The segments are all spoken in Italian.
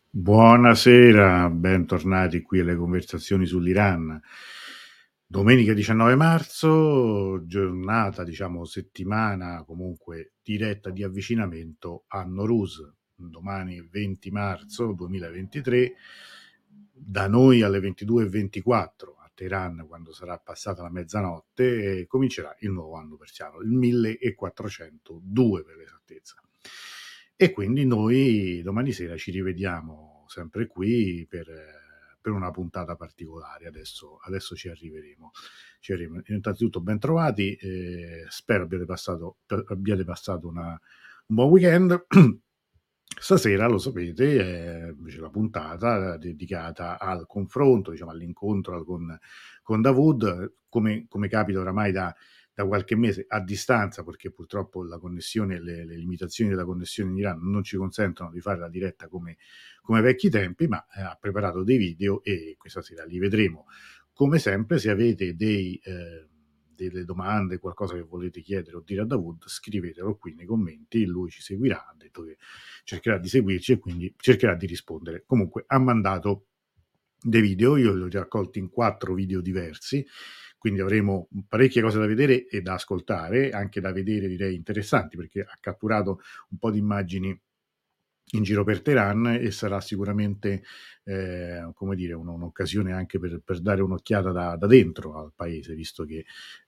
Buonasera, bentornati qui alle conversazioni sull'Iran. Domenica 19 marzo, giornata, diciamo settimana, comunque diretta di avvicinamento a Nowruz. Domani 20 marzo 2023, da noi alle 22:24, a Teheran quando sarà passata la mezzanotte, comincerà il nuovo anno persiano, il 1402 per l'esattezza. E quindi noi domani sera ci rivediamo sempre qui per una puntata particolare. Adesso ci arriveremo. Innanzitutto ben trovati, spero abbiate passato un buon weekend. Stasera, lo sapete, è invece la puntata dedicata al confronto, diciamo all'incontro con Dawood, come capita oramai da qualche mese a distanza, perché purtroppo la connessione, le limitazioni della connessione in Iran non ci consentono di fare la diretta come ai vecchi tempi, ma ha preparato dei video e questa sera li vedremo. Come sempre, se avete delle domande, qualcosa che volete chiedere o dire a Dawood, scrivetelo qui nei commenti, lui ci seguirà, ha detto che cercherà di seguirci e quindi cercherà di rispondere. Comunque ha mandato dei video, io li ho raccolti in 4 video diversi, quindi avremo parecchie cose da vedere e da ascoltare, anche da vedere direi interessanti, perché ha catturato un po' di immagini in giro per Teheran e sarà sicuramente come dire, un'occasione anche per dare un'occhiata da dentro al paese, visto che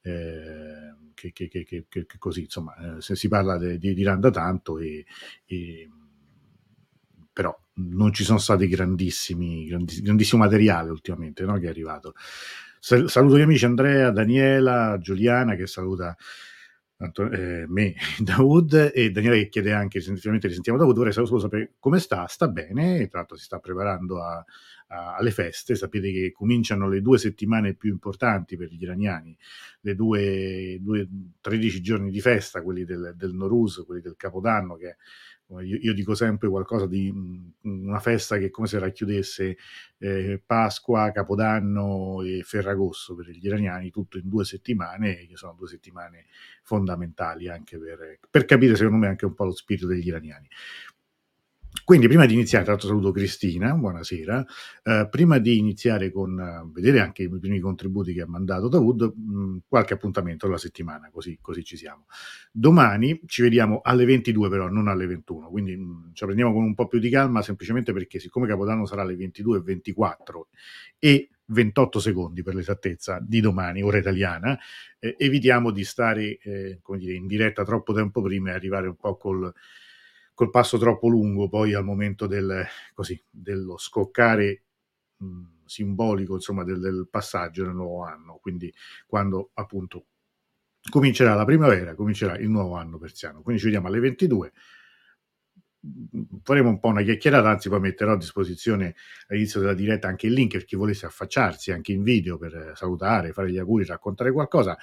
così, insomma, se si parla di Iran da tanto e però non ci sono stati grandissimo materiale ultimamente, no, che è arrivato. Saluto gli amici Andrea, Daniela, Giuliana che saluta me, Dawood, e Daniela che chiede anche se finalmente risentiamo Dawood. Vorrei solo sapere come sta bene, tra l'altro si sta preparando alle feste, sapete che cominciano le 2 settimane più importanti per gli iraniani, le 13 giorni di festa, quelli del Nowruz, quelli del Capodanno, che io dico sempre qualcosa di una festa che è come se racchiudesse Pasqua, Capodanno e Ferragosto per gli iraniani, tutto in 2 settimane, che sono 2 settimane fondamentali anche per capire, secondo me, anche un po' lo spirito degli iraniani. Quindi prima di iniziare, tra l'altro saluto Cristina, buonasera, prima di iniziare con vedere anche i primi contributi che ha mandato Dawood, qualche appuntamento alla settimana, così ci siamo. Domani ci vediamo alle 22 però, non alle 21, quindi ce la prendiamo con un po' più di calma, semplicemente perché siccome Capodanno sarà alle 22:24 e 28 secondi per l'esattezza di domani, ora italiana, evitiamo di stare come dire, in diretta troppo tempo prima e arrivare un po' col passo troppo lungo poi al momento dello scoccare simbolico, insomma, del passaggio nel nuovo anno, quindi quando appunto comincerà la primavera, comincerà il nuovo anno persiano. Quindi ci vediamo alle 22, faremo un po' una chiacchierata, anzi poi metterò a disposizione all'inizio della diretta anche il link per chi volesse affacciarsi anche in video per salutare, fare gli auguri, raccontare qualcosa.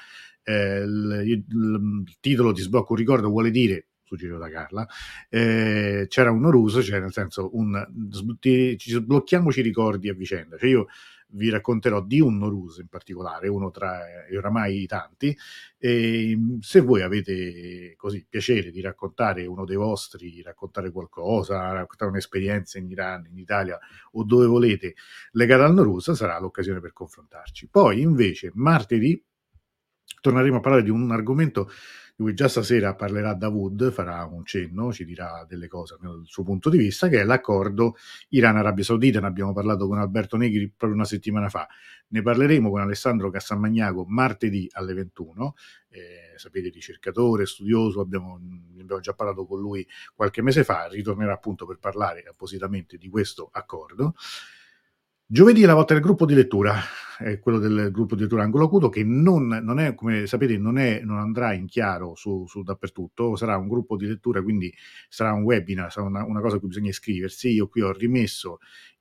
Il titolo Ti sblocco un ricordo vuole dire, suggerito da Carla, c'era un Nowruz, cioè nel senso ci sblocchiamoci i ricordi a vicenda, cioè io vi racconterò di un Nowruz in particolare, uno tra oramai tanti, e se voi avete così piacere di raccontare uno dei vostri, raccontare qualcosa, raccontare un'esperienza in Iran, in Italia o dove volete legata al Nowruz, sarà l'occasione per confrontarci. Poi invece martedì torneremo a parlare di un argomento di cui già stasera parlerà Dawood, farà un cenno, ci dirà delle cose, almeno dal suo punto di vista, che è l'accordo Iran-Arabia Saudita. Ne abbiamo parlato con Alberto Negri proprio una settimana fa. Ne parleremo con Alessandro Cassamagnago martedì alle 21. Sapete, ricercatore, studioso, ne abbiamo già parlato con lui qualche mese fa, ritornerà appunto per parlare appositamente di questo accordo. Giovedì è la volta del gruppo di lettura, è quello del gruppo di lettura Angolo Acuto, che non è, come sapete, non andrà in chiaro su dappertutto, sarà un gruppo di lettura, quindi sarà un webinar, sarà una cosa a cui bisogna iscriversi. Io qui ho rimesso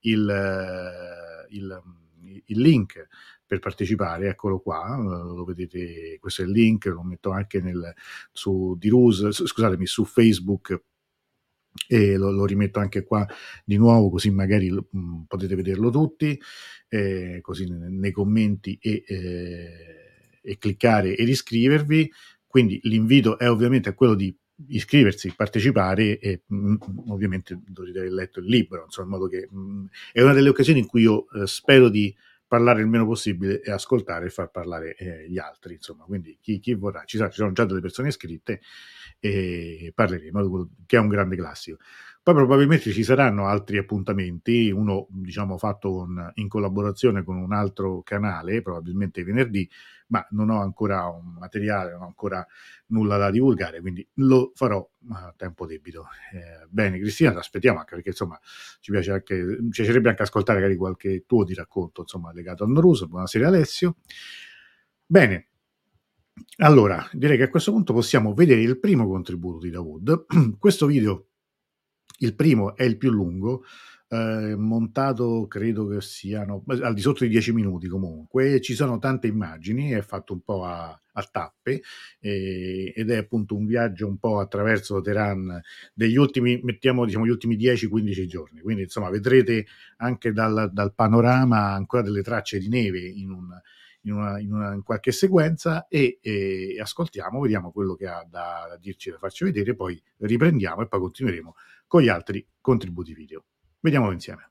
il link per partecipare, eccolo qua, lo vedete, questo è il link, lo metto anche su Facebook, e lo rimetto anche qua di nuovo, così magari potete vederlo tutti, così nei commenti e cliccare ed iscrivervi. Quindi l'invito è ovviamente quello di iscriversi, partecipare e ovviamente dovrete aver letto il libro, insomma, in modo che è una delle occasioni in cui io spero di parlare il meno possibile e ascoltare e far parlare gli altri, insomma, quindi chi vorrà, ci sono già delle persone iscritte e parleremo, che è un grande classico. Poi probabilmente ci saranno altri appuntamenti, uno diciamo fatto in collaborazione con un altro canale, probabilmente venerdì, ma non ho ancora un materiale, non ho ancora nulla da divulgare, quindi lo farò a tempo debito. Bene, Cristina, ti aspettiamo anche perché insomma ci piacerebbe anche ascoltare magari qualche tuo di racconto, insomma, legato al Noruso. Buonasera Alessio. Bene, allora direi che a questo punto possiamo vedere il primo contributo di Dawood. Questo video, il primo, è il più lungo, montato credo che siano al di sotto di 10 minuti comunque, ci sono tante immagini, è fatto un po' a tappe ed è appunto un viaggio un po' attraverso Teheran degli ultimi, mettiamo diciamo gli ultimi 10-15 giorni, quindi insomma vedrete anche dal panorama ancora delle tracce di neve in qualche sequenza e ascoltiamo, vediamo quello che ha da dirci, da farci vedere, poi riprendiamo e poi continueremo con gli altri contributi video. Vediamolo insieme.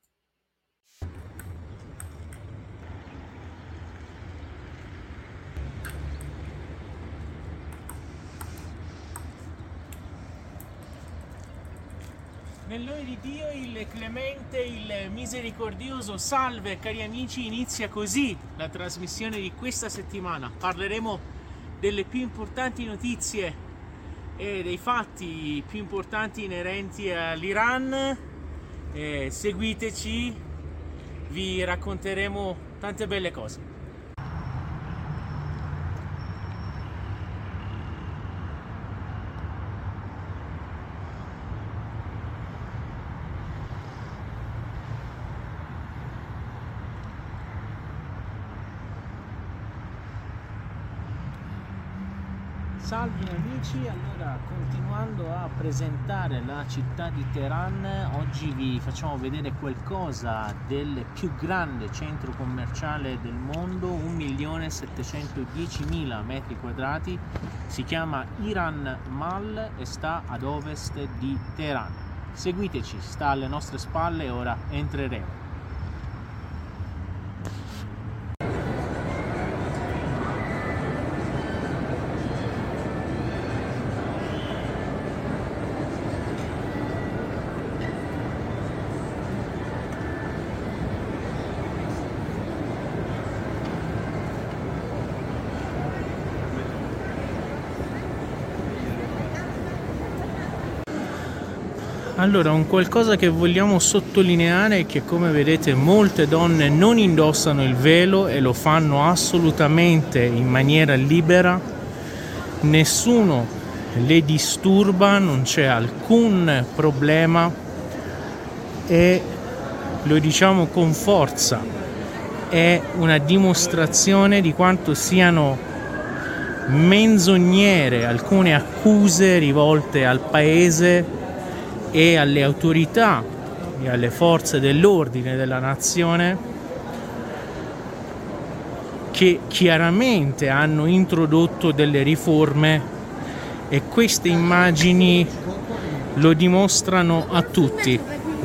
Nel nome di Dio, il clemente, il misericordioso, salve cari amici, inizia così la trasmissione di questa settimana. Parleremo delle più importanti notizie e dei fatti più importanti inerenti all'Iran. Seguiteci, vi racconteremo tante belle cose. Salve amici, allora continuando a presentare la città di Teheran, oggi vi facciamo vedere qualcosa del più grande centro commerciale del mondo, 1.710.000 metri quadrati, si chiama Iran Mall e sta ad ovest di Teheran. Seguiteci, sta alle nostre spalle e ora entreremo. Allora, un qualcosa che vogliamo sottolineare è che, come vedete, molte donne non indossano il velo e lo fanno assolutamente in maniera libera, nessuno le disturba, non c'è alcun problema e lo diciamo con forza, è una dimostrazione di quanto siano menzognere alcune accuse rivolte al paese e alle autorità e alle forze dell'ordine della nazione, che chiaramente hanno introdotto delle riforme e queste immagini lo dimostrano a tutti.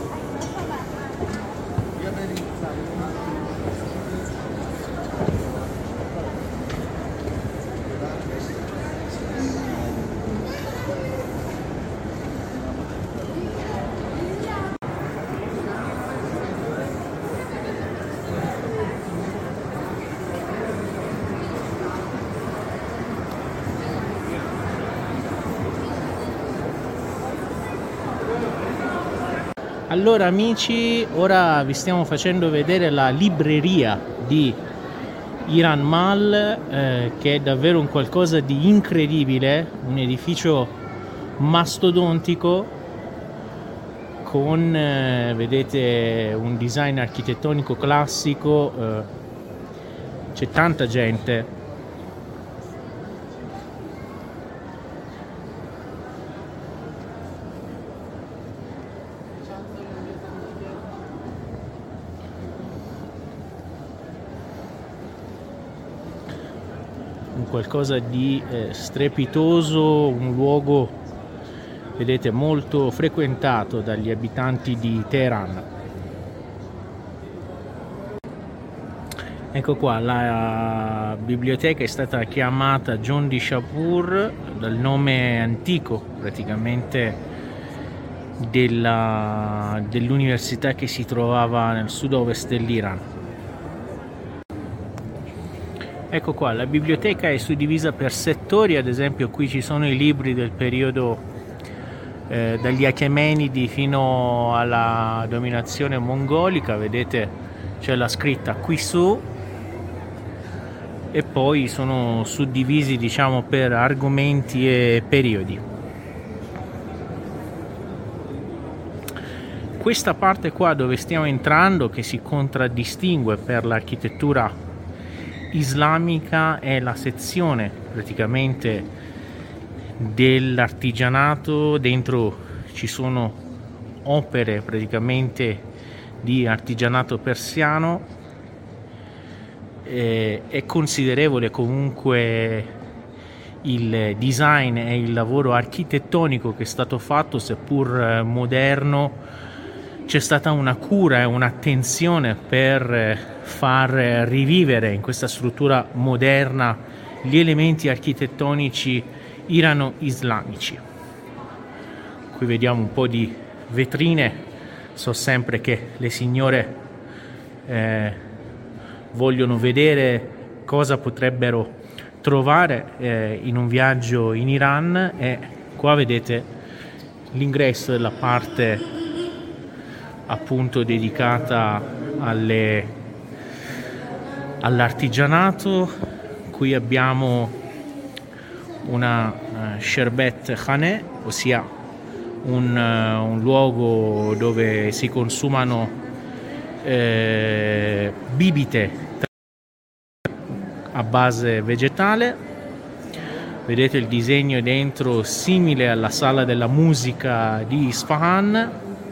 Allora amici, ora vi stiamo facendo vedere la libreria di Iran Mall, che è davvero un qualcosa di incredibile, un edificio mastodontico con, vedete, un design architettonico classico, c'è tanta gente. Qualcosa di strepitoso, un luogo vedete, molto frequentato dagli abitanti di Teheran. Ecco qua, la biblioteca è stata chiamata John di Shapur dal nome antico praticamente dell'università che si trovava nel sud-ovest dell'Iran. Ecco qua, la biblioteca è suddivisa per settori, ad esempio qui ci sono i libri del periodo dagli Achemenidi fino alla dominazione mongolica, vedete c'è la scritta qui su, e poi sono suddivisi, diciamo, per argomenti e periodi. Questa parte qua dove stiamo entrando, che si contraddistingue per l'architettura islamica, è la sezione praticamente dell'artigianato. Dentro ci sono opere praticamente di artigianato persiano. È considerevole comunque il design e il lavoro architettonico che è stato fatto, seppur moderno. C'è stata una cura e un'attenzione per far rivivere in questa struttura moderna gli elementi architettonici irano-islamici. Qui vediamo un po' di vetrine. So sempre che le signore vogliono vedere cosa potrebbero trovare in un viaggio in Iran, e qua vedete l'ingresso della parte appunto dedicata all'artigianato. Qui abbiamo una sherbet khaneh, ossia un luogo dove si consumano bibite a base vegetale. Vedete il disegno dentro simile alla sala della musica di Isfahan,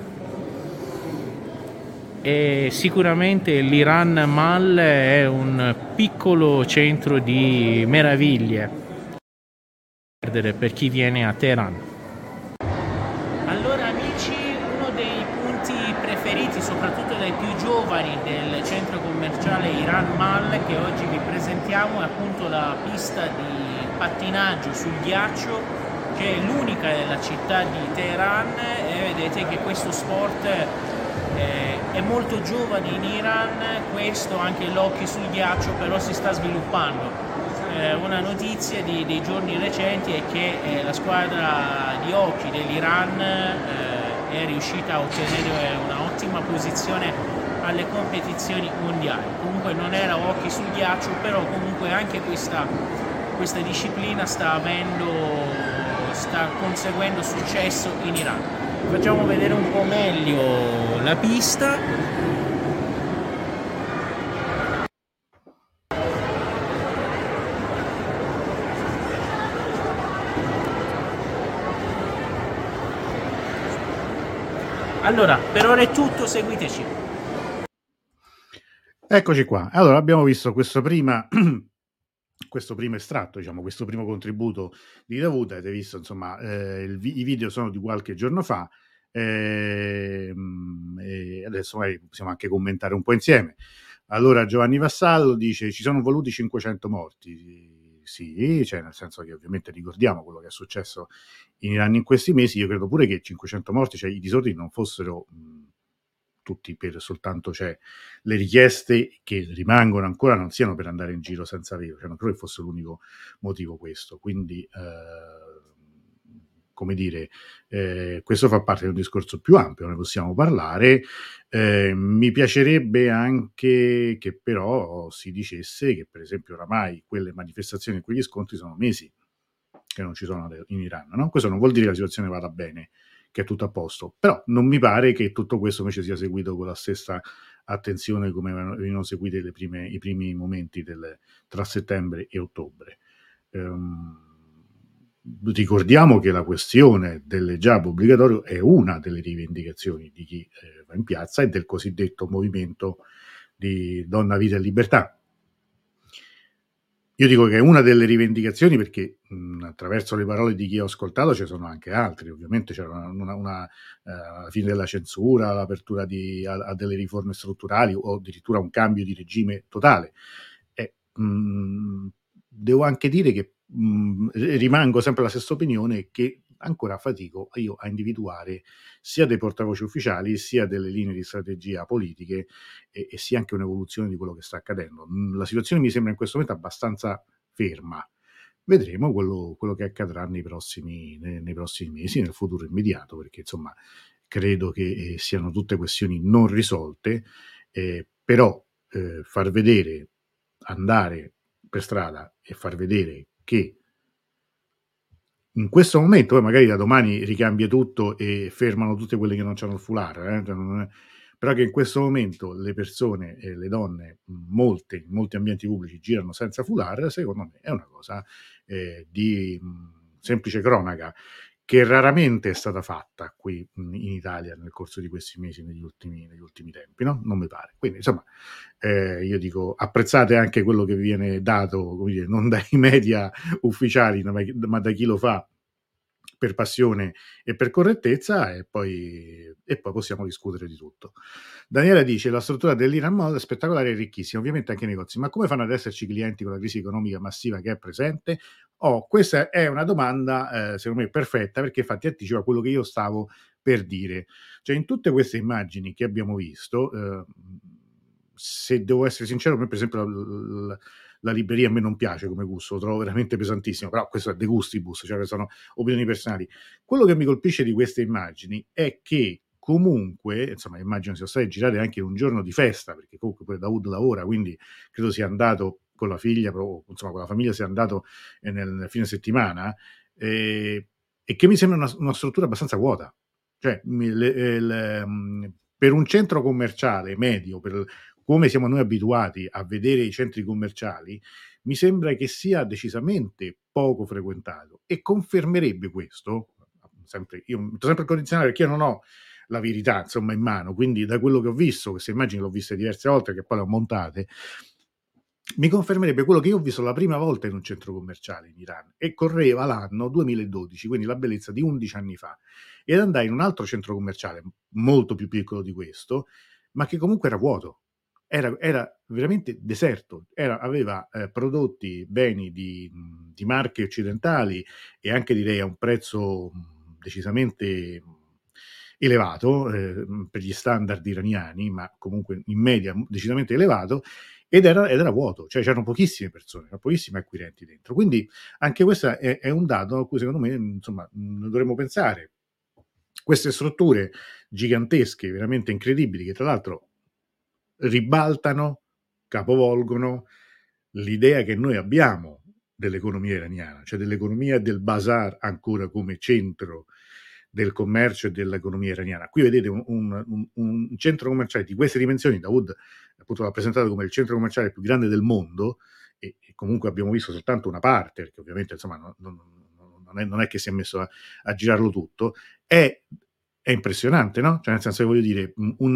e sicuramente l'Iran Mall è un piccolo centro di meraviglie per chi viene a Teheran. Allora amici, uno dei punti preferiti soprattutto dai più giovani del centro commerciale Iran Mall che oggi vi presentiamo è appunto la pista di pattinaggio sul ghiaccio, che è l'unica della città di Teheran, e vedete che questo sport è molto giovane in Iran. Questo, anche l'hockey sul ghiaccio, però si sta sviluppando. Una notizia dei giorni recenti è che la squadra di hockey dell'Iran è riuscita a ottenere una ottima posizione alle competizioni mondiali. Comunque non era hockey sul ghiaccio, però comunque anche questa disciplina sta conseguendo successo in Iran. Facciamo vedere un po' meglio la pista. Allora, per ora è tutto, seguiteci. Eccoci qua. Allora, abbiamo visto questo primo estratto, diciamo, questo primo contributo di Davud. Avete visto, insomma, i video sono di qualche giorno fa, e adesso magari possiamo anche commentare un po' insieme. Allora, Giovanni Vassallo dice: ci sono voluti 500 morti. Sì, cioè, nel senso che ovviamente ricordiamo quello che è successo in Iran in questi mesi. Io credo pure che 500 morti, cioè i disordini, non fossero tutti per soltanto, cioè, le richieste che rimangono ancora non siano per andare in giro senza avere, cioè non credo che fosse l'unico motivo questo. Quindi come dire, questo fa parte di un discorso più ampio, ne possiamo parlare. Mi piacerebbe anche che però si dicesse che, per esempio, oramai quelle manifestazioni e quegli scontri sono mesi che non ci sono in Iran, no? Questo non vuol dire che la situazione vada bene, che è tutto a posto, però non mi pare che tutto questo invece sia seguito con la stessa attenzione come venivano seguite i primi momenti tra settembre e ottobre. Ricordiamo che la questione dell'hijab obbligatorio è una delle rivendicazioni di chi va in piazza e del cosiddetto movimento di Donna, Vita e Libertà. Io dico che è una delle rivendicazioni perché attraverso le parole di chi ho ascoltato ci sono anche altri, ovviamente c'era una fine della censura, l'apertura a delle riforme strutturali o addirittura un cambio di regime totale. Devo anche dire che rimango sempre alla stessa opinione, che ancora fatico io a individuare sia dei portavoce ufficiali sia delle linee di strategia politiche e sia anche un'evoluzione di quello che sta accadendo. La situazione mi sembra in questo momento abbastanza ferma. Vedremo quello che accadrà nei prossimi mesi, nel futuro immediato, perché insomma credo che siano tutte questioni non risolte, però far vedere, andare per strada e far vedere che in questo momento, poi magari da domani ricambia tutto e fermano tutte quelle che non c'hanno il foulard, cioè però che in questo momento le persone e le donne, in molti ambienti pubblici girano senza foulard, secondo me è una cosa di semplice cronaca, che raramente è stata fatta qui in Italia nel corso di questi mesi, negli ultimi tempi, no? Non mi pare. Quindi, insomma, io dico, apprezzate anche quello che viene dato, come dire, non dai media ufficiali, ma da chi lo fa per passione e per correttezza, e poi possiamo discutere di tutto. Daniela dice: la struttura dell'Iran Mall è spettacolare e ricchissima, ovviamente anche i negozi, ma come fanno ad esserci clienti con la crisi economica massiva che è presente? Questa è una domanda secondo me perfetta, perché infatti anticipa quello che io stavo per dire. Cioè, in tutte queste immagini che abbiamo visto, se devo essere sincero, per esempio la libreria a me non piace come gusto, lo trovo veramente pesantissimo, però questo è de gustibus, cioè sono opinioni personali. Quello che mi colpisce di queste immagini è che comunque, insomma, immagino siano state girate anche in un giorno di festa, perché comunque poi Dawood lavora, quindi credo sia andato con la figlia, insomma, con la famiglia sia andato nel fine settimana, e che mi sembra una struttura abbastanza vuota. Cioè, per un centro commerciale medio, per come siamo noi abituati a vedere i centri commerciali, mi sembra che sia decisamente poco frequentato, e confermerebbe questo, io metto sempre il condizionale perché io non ho la verità insomma in mano, quindi da quello che ho visto, queste immagini le ho viste diverse volte, che poi le ho montate, mi confermerebbe quello che io ho visto la prima volta in un centro commerciale in Iran, e correva l'anno 2012, quindi la bellezza di 11 anni fa, ed andai in un altro centro commerciale molto più piccolo di questo, ma che comunque era vuoto, era veramente deserto, aveva prodotti, beni di marche occidentali, e anche direi a un prezzo decisamente elevato per gli standard iraniani, ma comunque in media decisamente elevato, ed era vuoto, cioè c'erano pochissime persone, c'erano pochissimi acquirenti dentro. Quindi anche questo è un dato a cui secondo me insomma dovremmo pensare. Queste strutture gigantesche, veramente incredibili, che tra l'altro ribaltano, capovolgono l'idea che noi abbiamo dell'economia iraniana, cioè dell'economia del bazar ancora come centro del commercio e dell'economia iraniana. Qui vedete un centro commerciale di queste dimensioni, Dawood appunto l'ha presentato come il centro commerciale più grande del mondo, e comunque abbiamo visto soltanto una parte, perché ovviamente insomma non è che si è messo a girarlo tutto, è impressionante, no? Cioè, nel senso che voglio dire,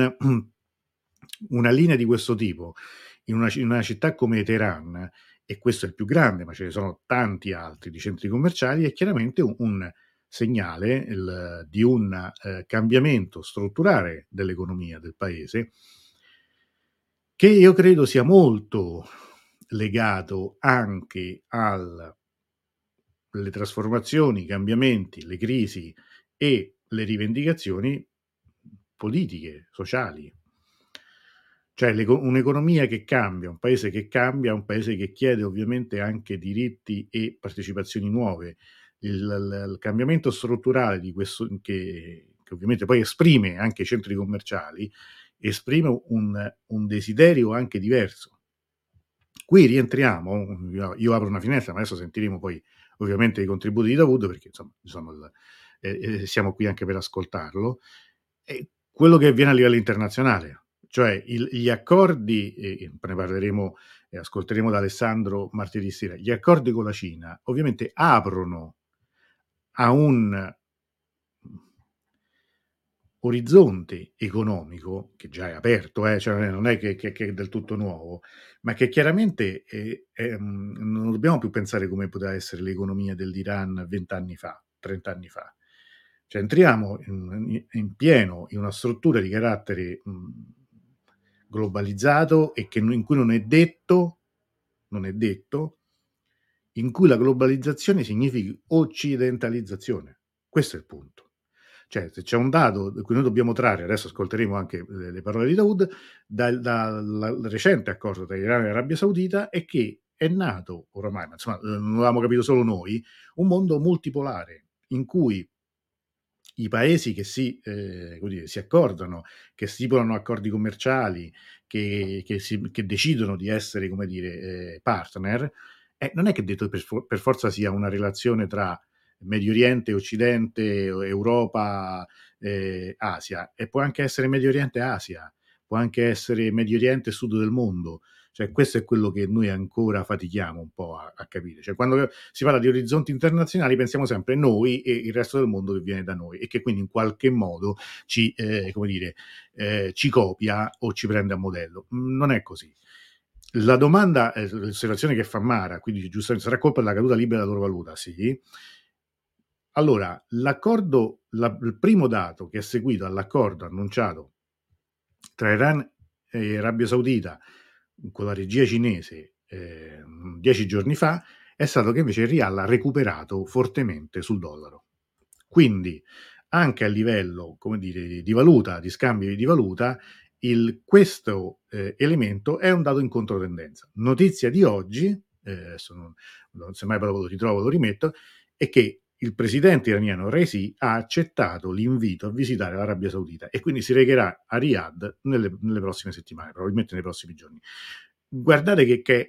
una linea di questo tipo in una città come Teheran, e questo è il più grande, ma ce ne sono tanti altri di centri commerciali, è chiaramente un segnale di un cambiamento strutturale dell'economia del paese, che io credo sia molto legato anche alle trasformazioni, i cambiamenti, le crisi e le rivendicazioni politiche, sociali. Cioè un'economia che cambia, un paese che cambia, un paese che chiede ovviamente anche diritti e partecipazioni nuove. Il cambiamento strutturale di questo, che ovviamente poi esprime anche i centri commerciali, esprime un desiderio anche diverso. Qui rientriamo, io apro una finestra, ma adesso sentiremo poi ovviamente i contributi di Dawood, perché insomma siamo qui anche per ascoltarlo, e quello che avviene a livello internazionale, cioè gli accordi, e ne parleremo e ascolteremo da Alessandro martedì sera, gli accordi con la Cina ovviamente aprono a orizzonte economico, che già è aperto, cioè non è che è del tutto nuovo, ma che chiaramente non dobbiamo più pensare come poteva essere l'economia dell'Iran 20 anni fa, 30 anni fa. Cioè entriamo in pieno in una struttura di carattere globalizzato e in cui non è detto, in cui la globalizzazione significhi occidentalizzazione. Questo è il punto. Cioè, se c'è un dato da cui noi dobbiamo trarre, adesso ascolteremo anche le parole di Daoud, dal recente accordo tra Iran e Arabia Saudita, è che è nato oramai, ma insomma non l'avevamo capito solo noi, un mondo multipolare in cui i paesi che si accordano, che stipulano accordi commerciali, che decidono di essere, partner, non è che detto per forza sia una relazione tra Medio Oriente, Occidente, Europa, Asia, e può anche essere Medio Oriente, Asia, può anche essere Medio Oriente e Sud del mondo. Cioè, questo è quello che noi ancora fatichiamo un po' a capire. Cioè, quando si parla di orizzonti internazionali pensiamo sempre noi e il resto del mondo che viene da noi e che quindi in qualche modo ci copia o ci prende a modello. Non è così. La domanda, l'osservazione che fa Mara, quindi giustamente sarà colpa della caduta libera della loro valuta, sì. Allora, il primo dato che è seguito all'accordo annunciato tra Iran e Arabia Saudita con la regia cinese 10 giorni fa è stato che invece il Rial ha recuperato fortemente sul dollaro. Quindi anche a livello di valuta, di scambio di valuta, questo elemento è un dato in controtendenza. Notizia di oggi, se mai lo ritrovo lo rimetto, è che il presidente iraniano Raisi ha accettato l'invito a visitare l'Arabia Saudita e quindi si recherà a Riyadh nelle prossime settimane, probabilmente nei prossimi giorni. Guardate che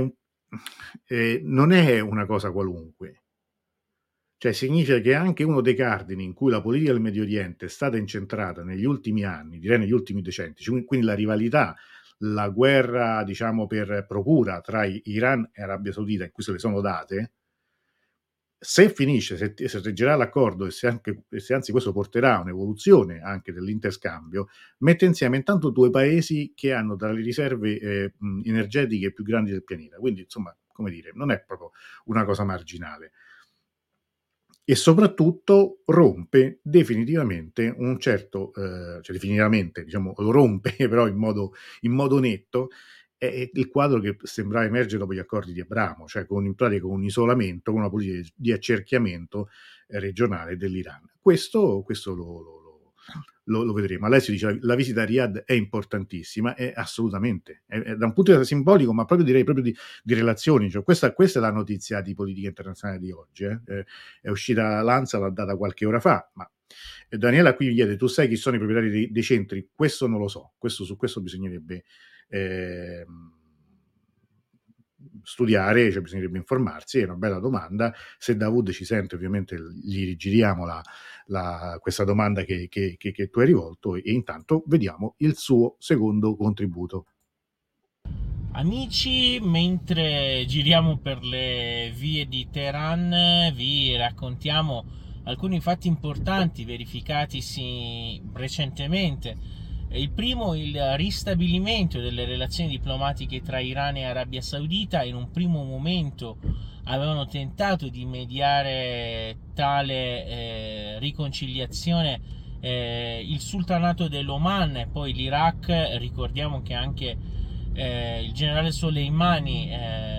non è una cosa qualunque. Cioè significa che anche uno dei cardini in cui la politica del Medio Oriente è stata incentrata negli ultimi anni, direi negli ultimi decenni, quindi la rivalità, la guerra per procura tra Iran e Arabia Saudita, in cui se le sono date, se finisce, se reggerà l'accordo e se anzi questo porterà a un'evoluzione anche dell'interscambio, mette insieme intanto due paesi che hanno tra le riserve energetiche più grandi del pianeta, quindi insomma, non è proprio una cosa marginale. E soprattutto rompe definitivamente un certo, definitivamente, lo rompe però in modo netto, è il quadro che sembrava emergere dopo gli accordi di Abramo, cioè in pratica con un isolamento, con una politica di accerchiamento regionale dell'Iran. Questo lo vedremo. Alessio dice la visita a Riyadh è importantissima, è assolutamente, è da un punto di vista simbolico, ma direi proprio di relazioni. Cioè, questa è la notizia di politica internazionale di oggi. È uscita l'ANSA, l'ha data qualche ora fa, ma Daniela qui mi chiede: tu sai chi sono i proprietari dei centri? Questo non lo so, su questo bisognerebbe studiare, cioè bisognerebbe informarsi. È una bella domanda. Se Daoud ci sente, ovviamente gli rigiriamo questa domanda che tu hai rivolto, e intanto vediamo il suo secondo contributo. Amici, mentre giriamo per le vie di Teheran vi raccontiamo alcuni fatti importanti verificatisi recentemente. Il primo, il ristabilimento delle relazioni diplomatiche tra Iran e Arabia Saudita. In un primo momento avevano tentato di mediare tale riconciliazione il Sultanato dell'Oman e poi l'Iraq. Ricordiamo che anche il generale Soleimani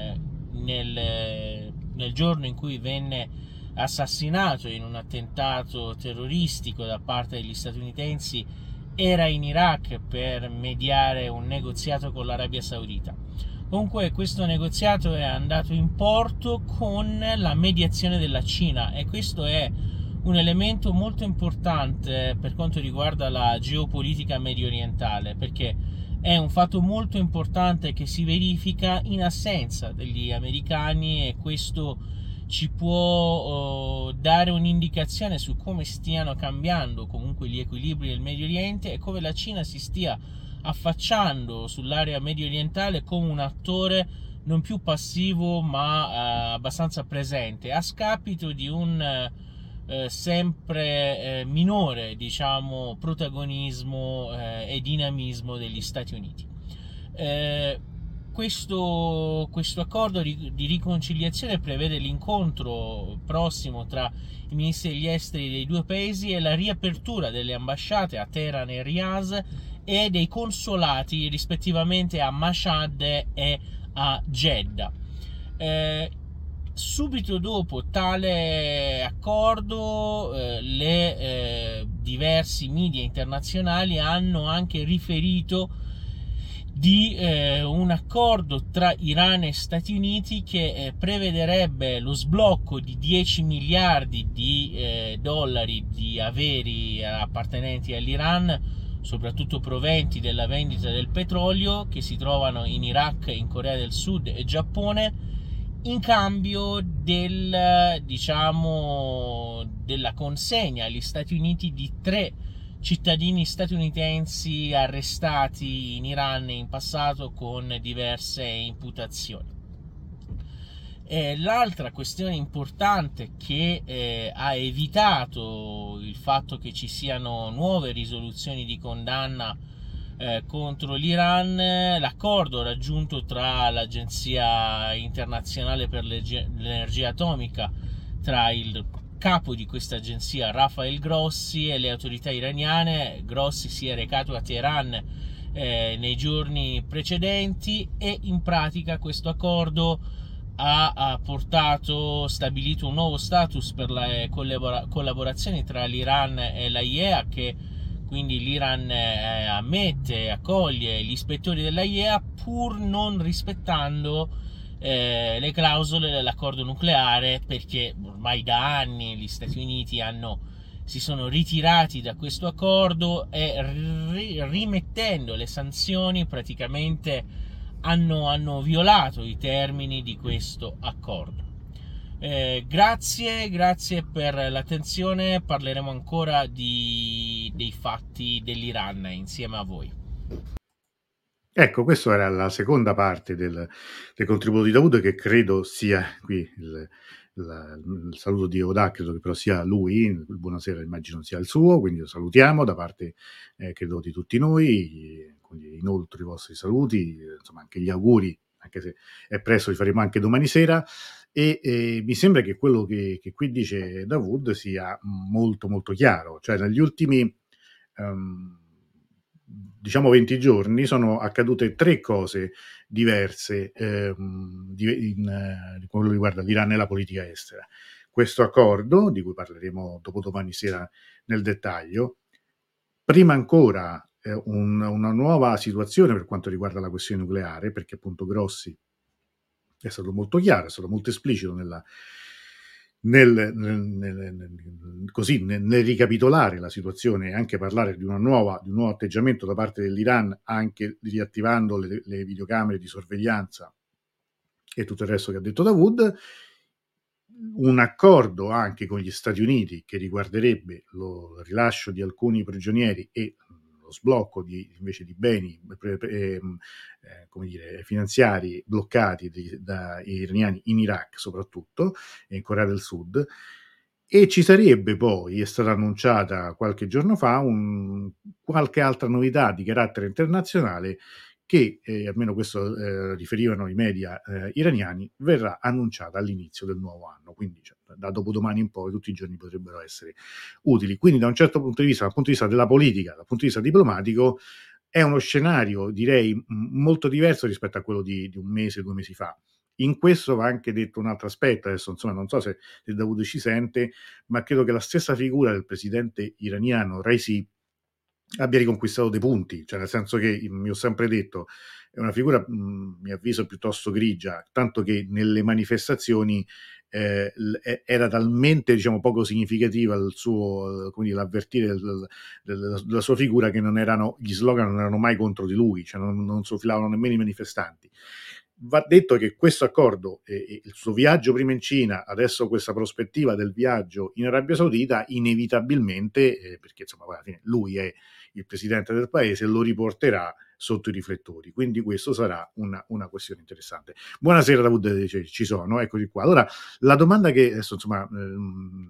nel giorno in cui venne assassinato in un attentato terroristico da parte degli statunitensi era in Iraq per mediare un negoziato con l'Arabia Saudita. Comunque questo negoziato è andato in porto con la mediazione della Cina, e questo è un elemento molto importante per quanto riguarda la geopolitica mediorientale, perché è un fatto molto importante che si verifica in assenza degli americani, e questo ci può dare un'indicazione su come stiano cambiando comunque gli equilibri del Medio Oriente e come la Cina si stia affacciando sull'area medio orientale come un attore non più passivo ma abbastanza presente, a scapito di un sempre minore, diciamo, protagonismo e dinamismo degli Stati Uniti. Eh, questo accordo di riconciliazione prevede l'incontro prossimo tra i ministri degli esteri dei due paesi e la riapertura delle ambasciate a Teheran e Riyadh e dei consolati rispettivamente a Mashhad e a Jeddah. Subito dopo tale accordo, diversi media internazionali hanno anche riferito di un accordo tra Iran e Stati Uniti che prevederebbe lo sblocco di 10 miliardi di dollari di averi appartenenti all'Iran, soprattutto proventi della vendita del petrolio, che si trovano in Iraq, in Corea del Sud e Giappone, in cambio della consegna agli Stati Uniti di 3 cittadini statunitensi arrestati in Iran in passato con diverse imputazioni. L'altra questione importante che ha evitato il fatto che ci siano nuove risoluzioni di condanna contro l'Iran, l'accordo raggiunto tra l'Agenzia internazionale per l'energia atomica, tra il capo di questa agenzia Rafael Grossi e le autorità iraniane. Grossi si è recato a Teheran nei giorni precedenti e in pratica questo accordo ha stabilito un nuovo status per la collaborazione tra l'Iran e l'AIEA, che quindi l'Iran ammette e accoglie gli ispettori dell'AIEA pur non rispettando le clausole dell'accordo nucleare, perché ormai da anni gli Stati Uniti si sono ritirati da questo accordo e rimettendo le sanzioni praticamente hanno violato i termini di questo accordo. Grazie per l'attenzione, parleremo ancora dei fatti dell'Iran insieme a voi. Ecco, questa era la seconda parte del contributo di Dawood, che credo sia qui il saluto di Oda, credo che però sia lui, il buonasera immagino sia il suo, quindi lo salutiamo da parte credo di tutti noi, quindi inoltre i vostri saluti, insomma anche gli auguri, anche se è presto, li faremo anche domani sera. E mi sembra che quello che qui dice Dawood sia molto molto chiaro, cioè negli ultimi diciamo 20 giorni sono accadute 3 cose diverse di quello che riguarda l'Iran e la politica estera. Questo accordo, di cui parleremo dopodomani sera nel dettaglio, prima ancora una nuova situazione per quanto riguarda la questione nucleare, perché appunto Grossi è stato molto chiaro, è stato molto esplicito nel ricapitolare la situazione e anche parlare di un nuovo atteggiamento da parte dell'Iran, anche riattivando le videocamere di sorveglianza e tutto il resto che ha detto Dawood. Un accordo anche con gli Stati Uniti che riguarderebbe il rilascio di alcuni prigionieri e lo sblocco invece di beni come dire, finanziari bloccati dai iraniani in Iraq soprattutto e in Corea del Sud. E ci sarebbe poi, è stata annunciata qualche giorno fa, qualche altra novità di carattere internazionale che, almeno questo riferivano i media iraniani, verrà annunciata all'inizio del nuovo anno, quindi da dopodomani in poi tutti i giorni potrebbero essere utili. Quindi da un certo punto di vista, dal punto di vista della politica, dal punto di vista diplomatico, è uno scenario, direi, molto diverso rispetto a quello di un mese, 2 mesi fa. In questo va anche detto un altro aspetto, adesso insomma non so se Dawood ci sente, ma credo che la stessa figura del presidente iraniano Raisi abbia riconquistato dei punti, cioè nel senso che mi ho sempre detto è una figura, mi avviso, piuttosto grigia, tanto che nelle manifestazioni era talmente, diciamo, poco significativa il suo, come dire, l'avvertire della sua figura, che gli slogan non erano mai contro di lui, cioè non sofilavano nemmeno i manifestanti. Va detto che questo accordo e il suo viaggio prima in Cina, adesso questa prospettiva del viaggio in Arabia Saudita, inevitabilmente, perché insomma alla fine lui è il presidente del paese, lo riporterà sotto i riflettori, quindi questo sarà una questione interessante. Buonasera Dawood, ci sono, eccoci qua. Allora, la domanda che adesso insomma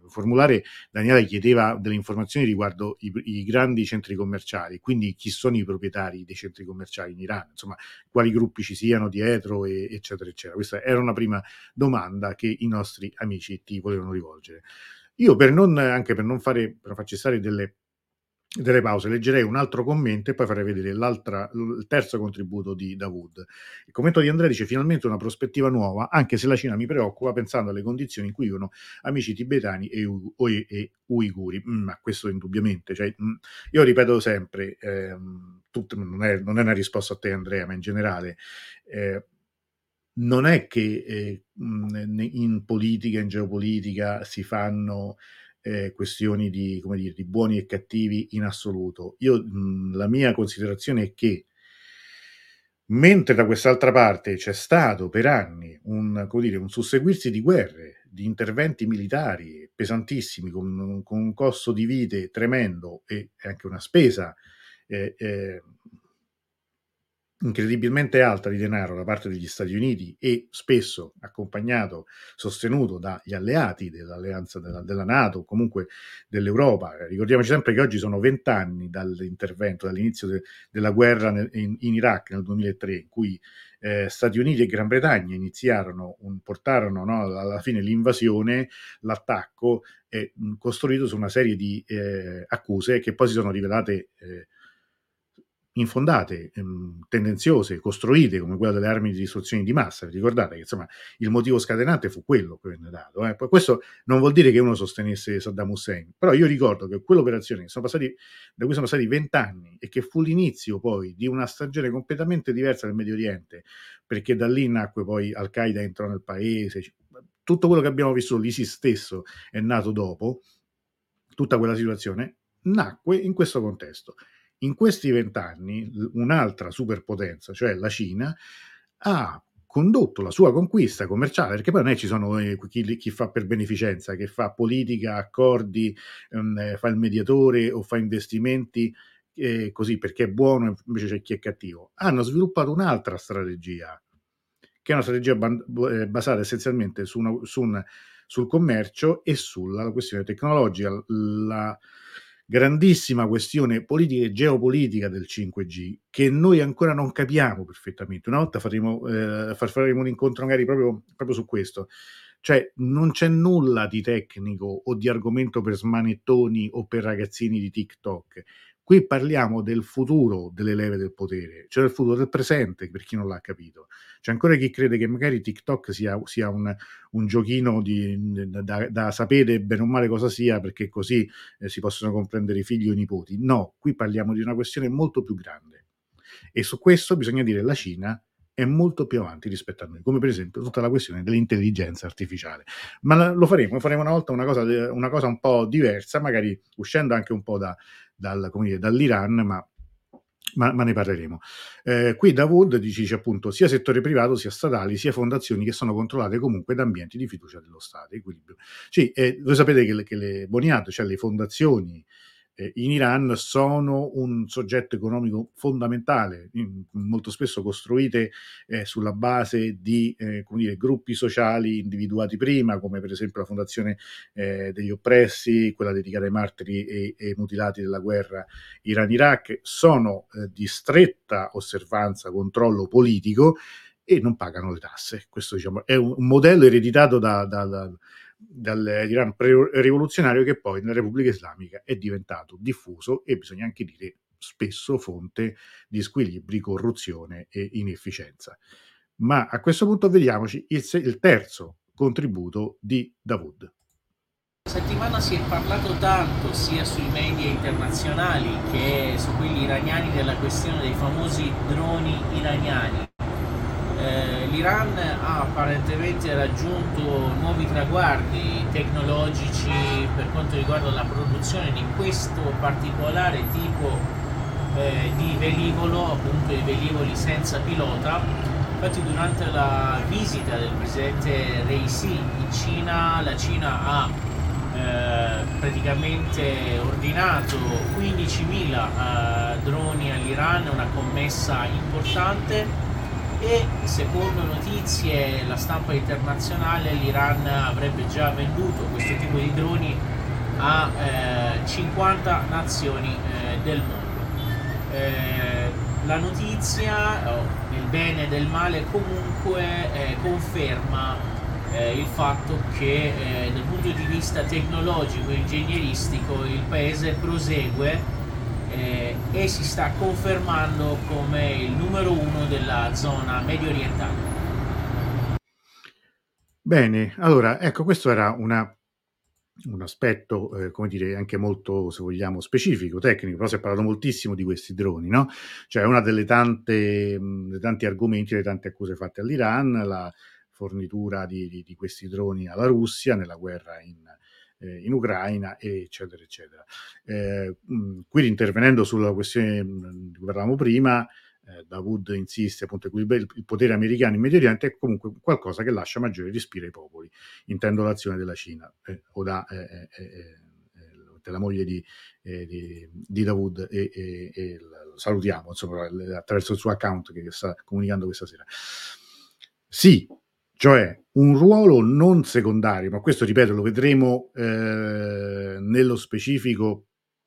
formulare, Daniela chiedeva delle informazioni riguardo i grandi centri commerciali, quindi chi sono i proprietari dei centri commerciali in Iran, insomma, quali gruppi ci siano dietro, eccetera, eccetera. Questa era una prima domanda che i nostri amici ti volevano rivolgere. Io anche per non farci stare delle pause, leggerei un altro commento e poi farei vedere il terzo contributo di Dawood. Il commento di Andrea dice: finalmente una prospettiva nuova, anche se la Cina mi preoccupa pensando alle condizioni in cui vivono amici tibetani e uiguri. Ma questo indubbiamente, cioè, io ripeto sempre, non è una risposta a te Andrea, ma in generale, non è che in politica, in geopolitica si fanno questioni di, come dire, di buoni e cattivi in assoluto. La mia considerazione è che mentre da quest'altra parte c'è stato per anni un susseguirsi di guerre, di interventi militari pesantissimi con un costo di vite tremendo e anche una spesa incredibilmente alta di denaro da parte degli Stati Uniti e spesso sostenuto dagli alleati dell'alleanza della NATO, comunque dell'Europa. Ricordiamoci sempre che oggi sono 20 anni dall'inizio della guerra in Iraq nel 2003, in cui Stati Uniti e Gran Bretagna portarono alla fine l'invasione, l'attacco, costruito su una serie di accuse che poi si sono rivelate infondate, tendenziose, costruite come quella delle armi di distruzione di massa. Ricordate che insomma il motivo scatenante fu quello che venne dato. Poi questo non vuol dire che uno sostenesse Saddam Hussein, però io ricordo che quell'operazione da cui sono passati 20 anni e che fu l'inizio poi di una stagione completamente diversa del Medio Oriente, perché da lì nacque poi Al-Qaeda, entrò nel paese, tutto quello che abbiamo vissuto, l'ISIS stesso è nato dopo, tutta quella situazione nacque in questo contesto. In questi 20 anni un'altra superpotenza, cioè la Cina, ha condotto la sua conquista commerciale, perché poi non è ci sono chi fa per beneficenza, che fa politica, accordi, fa il mediatore o fa investimenti così perché è buono, invece c'è chi è cattivo. Hanno sviluppato un'altra strategia, che è una strategia basata essenzialmente sul commercio e sulla questione tecnologica, la grandissima questione politica e geopolitica del 5G, che noi ancora non capiamo perfettamente. Una volta faremo un incontro magari proprio su questo. Cioè non c'è nulla di tecnico o di argomento per smanettoni o per ragazzini di TikTok. Qui parliamo del futuro delle leve del potere, cioè del futuro del presente, per chi non l'ha capito. C'è ancora chi crede che magari TikTok sia un giochino da sapere bene o male cosa sia, perché così si possono comprendere i figli o i nipoti. No, qui parliamo di una questione molto più grande. E su questo bisogna dire che la Cina è molto più avanti rispetto a noi, come per esempio tutta la questione dell'intelligenza artificiale. Ma lo faremo una volta una cosa un po' diversa, magari uscendo anche un po' dall'Iran, ma ne parleremo. Qui Dawood dice appunto sia settore privato sia statali sia fondazioni che sono controllate comunque da ambienti di fiducia dello Stato. Equilibrio. Sì, voi sapete che le Boniat, cioè le fondazioni in Iran, sono un soggetto economico fondamentale, molto spesso costruite sulla base di gruppi sociali individuati prima, come per esempio la fondazione degli oppressi, quella dedicata ai martiri e mutilati della guerra Iran-Iraq, sono di stretta osservanza, controllo politico e non pagano le tasse. Questo è un modello ereditato dall'Iran rivoluzionario, che poi nella Repubblica Islamica è diventato diffuso e bisogna anche dire spesso fonte di squilibri, corruzione e inefficienza. Ma a questo punto vediamoci il terzo contributo di Dawood. Questa settimana si è parlato tanto sia sui media internazionali che su quelli iraniani della questione dei famosi droni iraniani. L'Iran ha apparentemente raggiunto nuovi traguardi tecnologici per quanto riguarda la produzione di questo particolare tipo di velivolo, appunto i velivoli senza pilota. Infatti durante la visita del presidente Raisi in Cina, la Cina ha praticamente ordinato 15.000 droni all'Iran, una commessa importante. e secondo notizie la stampa internazionale l'Iran avrebbe già venduto questo tipo di droni a 50 nazioni del mondo. La notizia, del bene e del male, comunque conferma il fatto che dal punto di vista tecnologico e ingegneristico il paese prosegue e si sta confermando come il numero uno della zona medio orientale. Bene, allora ecco, questo era un aspetto, come dire, anche molto, se vogliamo, specifico, tecnico, però si è parlato moltissimo di questi droni, no? Cioè una delle dei tanti argomenti, le tante accuse fatte all'Iran, la fornitura di questi droni alla Russia nella guerra in Ucraina, eccetera, eccetera. Quindi intervenendo sulla questione di cui parlavamo prima, Dawood insiste appunto che il potere americano in Medio Oriente è comunque qualcosa che lascia maggiore respiro ai popoli. Intendo l'azione della Cina, della moglie di Dawood, e lo salutiamo insomma, attraverso il suo account che sta comunicando questa sera. Sì, cioè un ruolo non secondario, ma questo ripeto lo vedremo nello specifico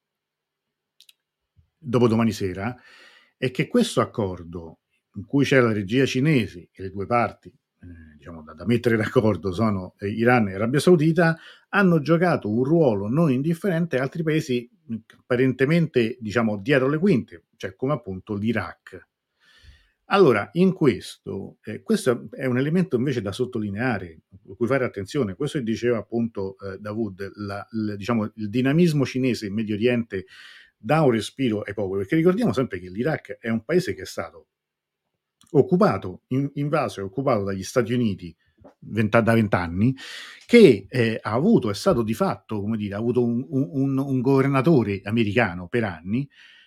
dopodomani sera, è che questo accordo in cui c'è la regia cinese e le due parti diciamo da mettere d'accordo sono Iran e Arabia Saudita, hanno giocato un ruolo non indifferente a altri paesi apparentemente diciamo dietro le quinte, cioè come appunto l'Iraq. Allora, in questo è un elemento invece da sottolineare, a cui fare attenzione. Questo che diceva appunto Dawood, diciamo, il dinamismo cinese in Medio Oriente dà un respiro ai popoli, perché ricordiamo sempre che l'Iraq è un paese che è stato occupato, invaso e occupato dagli Stati Uniti da 20 anni, che ha avuto, è stato di fatto, come dire, ha avuto un governatore americano per anni,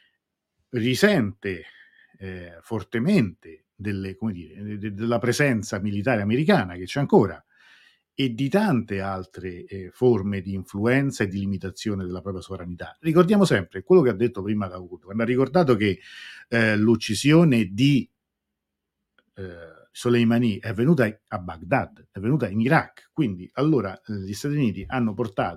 risente fortemente della presenza militare americana che c'è ancora e di tante altre forme di influenza e di limitazione della propria sovranità. Ricordiamo sempre quello che ha detto prima Dawood, quando ha ricordato che l'uccisione di Soleimani è avvenuta a Baghdad, è avvenuta in Iraq, quindi allora gli Stati Uniti hanno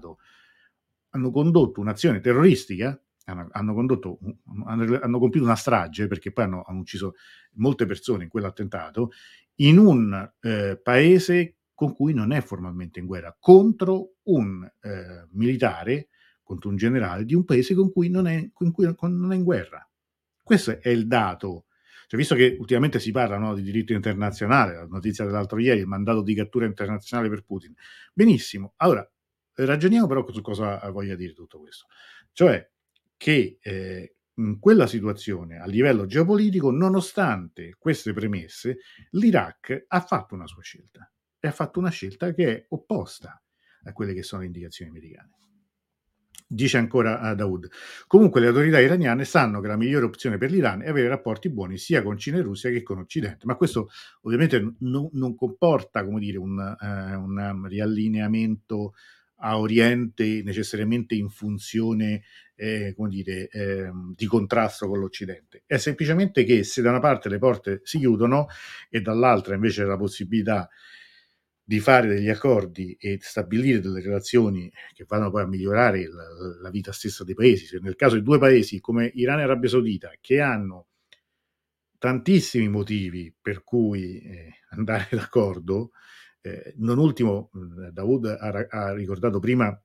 condotto un'azione terroristica, hanno compiuto una strage, perché poi hanno ucciso molte persone in quell'attentato, in un paese con cui non è formalmente in guerra, contro un militare, contro un generale di un paese con cui non è in guerra. Questo è il dato. Cioè, visto che ultimamente si parla, no, di diritto internazionale, la notizia dell'altro ieri, il mandato di cattura internazionale per Putin. Benissimo. Allora, ragioniamo però su cosa voglia dire tutto questo. Cioè che in quella situazione, a livello geopolitico, nonostante queste premesse, l'Iraq ha fatto una sua scelta. E ha fatto una scelta che è opposta a quelle che sono le indicazioni americane. Dice ancora Dawood. Comunque le autorità iraniane sanno che la migliore opzione per l'Iran è avere rapporti buoni sia con Cina e Russia che con Occidente, ma questo ovviamente non comporta, come dire, un riallineamento a Oriente necessariamente in funzione come dire, di contrasto con l'Occidente. È semplicemente che se da una parte le porte si chiudono e dall'altra invece la possibilità di fare degli accordi e stabilire delle relazioni che vanno poi a migliorare la vita stessa dei paesi. Se nel caso di due paesi come Iran e Arabia Saudita, che hanno tantissimi motivi per cui andare d'accordo, non ultimo Dawood ha ricordato prima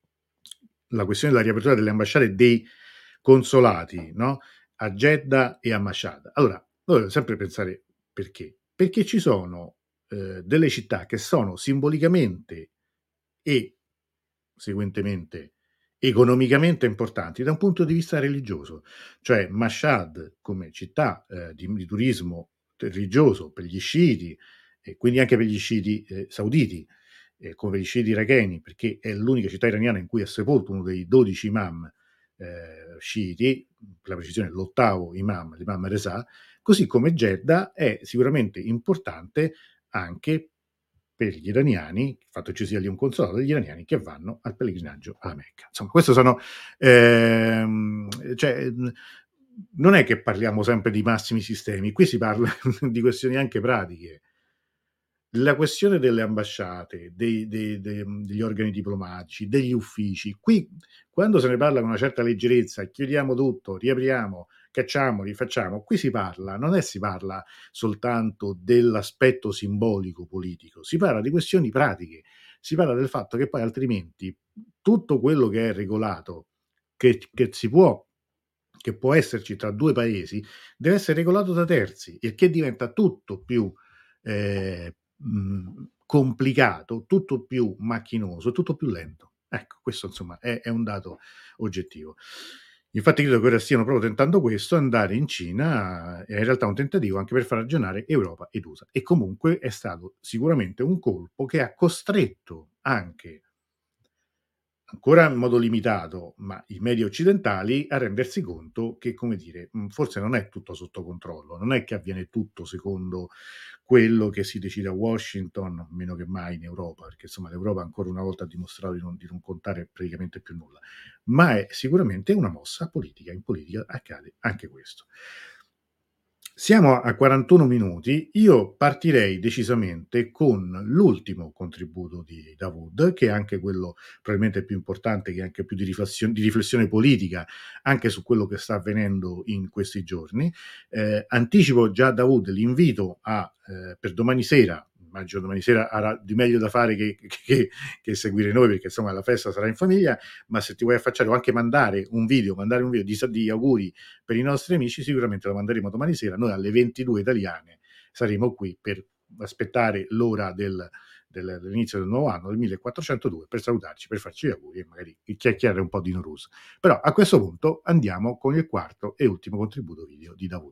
la questione della riapertura delle ambasciate e dei consolati, no? A Jeddah e a Mashhad. Allora, noi dobbiamo sempre pensare perché. Perché ci sono delle città che sono simbolicamente e seguentemente economicamente importanti da un punto di vista religioso, cioè Mashhad come città di turismo religioso per gli sciiti e quindi anche per gli sciiti sauditi, come per gli sciiti iracheni, perché è l'unica città iraniana in cui è sepolto uno dei 12 imam sciiti, per la precisione l'ottavo imam, l'imam Reza, così come Jeddah è sicuramente importante anche per gli iraniani, il fatto che ci sia lì un consolato degli iraniani che vanno al pellegrinaggio alla Mecca. Insomma, questo sono cioè, non è che parliamo sempre di massimi sistemi, qui si parla di questioni anche pratiche. La questione delle ambasciate, degli organi diplomatici, degli uffici, qui quando se ne parla con una certa leggerezza, chiudiamo tutto, riapriamo, cacciamo, rifacciamo, qui si parla soltanto dell'aspetto simbolico politico, si parla di questioni pratiche, si parla del fatto che poi altrimenti tutto quello che è regolato, che può esserci tra due paesi, deve essere regolato da terzi, il che diventa tutto più complicato, tutto più macchinoso, tutto più lento. Ecco, questo insomma è un dato oggettivo. Infatti credo che ora stiano proprio tentando questo, andare in Cina è in realtà un tentativo anche per far ragionare Europa ed USA, e comunque è stato sicuramente un colpo che ha costretto anche, ancora in modo limitato, ma i media occidentali a rendersi conto che, come dire, forse non è tutto sotto controllo, non è che avviene tutto secondo quello che si decide a Washington, meno che mai in Europa, perché insomma l'Europa ancora una volta ha dimostrato di non contare praticamente più nulla, ma è sicuramente una mossa politica. In politica accade anche questo. Siamo a 41 minuti, io partirei decisamente con l'ultimo contributo di Dawood, che è anche quello probabilmente più importante, che è anche più di riflessione politica, anche su quello che sta avvenendo in questi giorni. Anticipo già, Dawood, l'invito per domani sera. Immagino domani sera avrà di meglio da fare che seguire noi, perché insomma la festa sarà in famiglia, ma se ti vuoi affacciare o anche mandare un video di auguri per i nostri amici, sicuramente lo manderemo domani sera. Noi alle 22 italiane saremo qui per aspettare l'ora dell'inizio del nuovo anno, del 1402, per salutarci, per farci gli auguri e magari chiacchierare un po' di Nowruz. Però a questo punto andiamo con il quarto e ultimo contributo video di Dawood.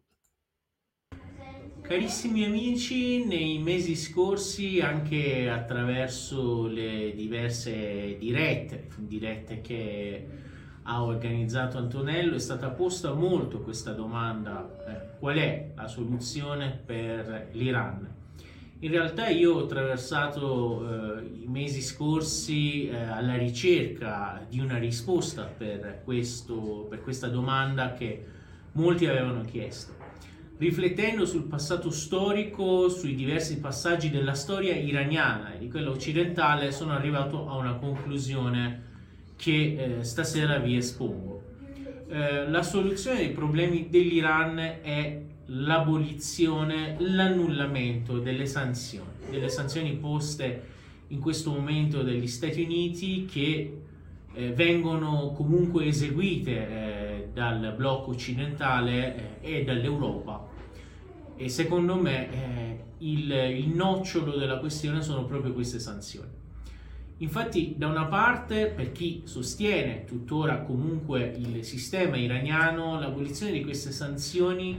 Carissimi amici, nei mesi scorsi, anche attraverso le diverse dirette che ha organizzato Antonello, è stata posta molto questa domanda: qual è la soluzione per l'Iran? In realtà io ho attraversato i mesi scorsi alla ricerca di una risposta per questa domanda che molti avevano chiesto. Riflettendo sul passato storico, sui diversi passaggi della storia iraniana e di quella occidentale, sono arrivato a una conclusione che stasera vi espongo. La soluzione dei problemi dell'Iran è l'abolizione, l'annullamento delle sanzioni poste in questo momento dagli Stati Uniti, che vengono comunque eseguite dal blocco occidentale e dall'Europa, e secondo me il nocciolo della questione sono proprio queste sanzioni. Infatti, da una parte, per chi sostiene tuttora comunque il sistema iraniano, l'abolizione di queste sanzioni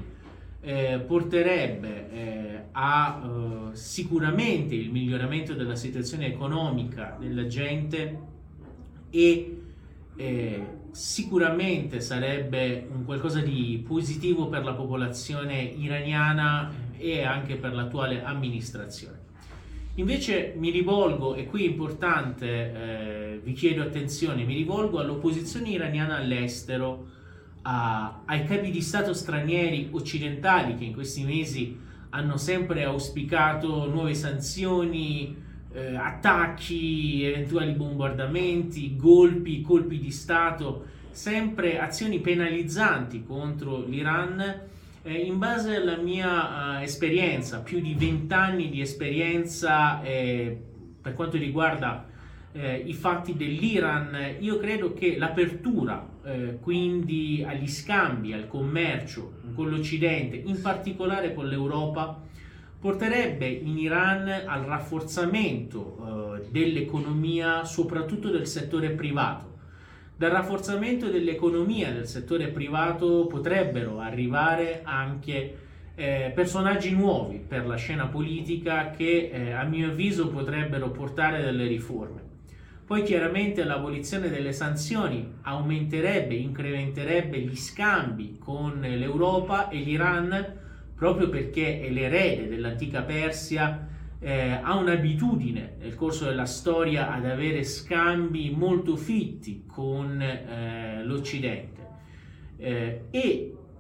porterebbe a sicuramente il miglioramento della situazione economica della gente, e sicuramente sarebbe un qualcosa di positivo per la popolazione iraniana e anche per l'attuale amministrazione. Invece mi rivolgo, e qui è importante, vi chiedo attenzione, mi rivolgo all'opposizione iraniana all'estero, ai capi di Stato stranieri occidentali che in questi mesi hanno sempre auspicato nuove sanzioni, attacchi, eventuali bombardamenti, colpi di Stato, sempre azioni penalizzanti contro l'Iran. In base alla mia esperienza, più di 20 anni di esperienza per quanto riguarda i fatti dell'Iran, io credo che l'apertura quindi agli scambi, al commercio con l'Occidente, in particolare con l'Europa, porterebbe in Iran al rafforzamento dell'economia, soprattutto del settore privato. Dal rafforzamento dell'economia del settore privato potrebbero arrivare anche personaggi nuovi per la scena politica che a mio avviso potrebbero portare delle riforme. Poi chiaramente l'abolizione delle sanzioni incrementerebbe gli scambi con l'Europa e l'Iran, proprio perché è l'erede dell'antica Persia, ha un'abitudine nel corso della storia ad avere scambi molto fitti con l'Occidente, e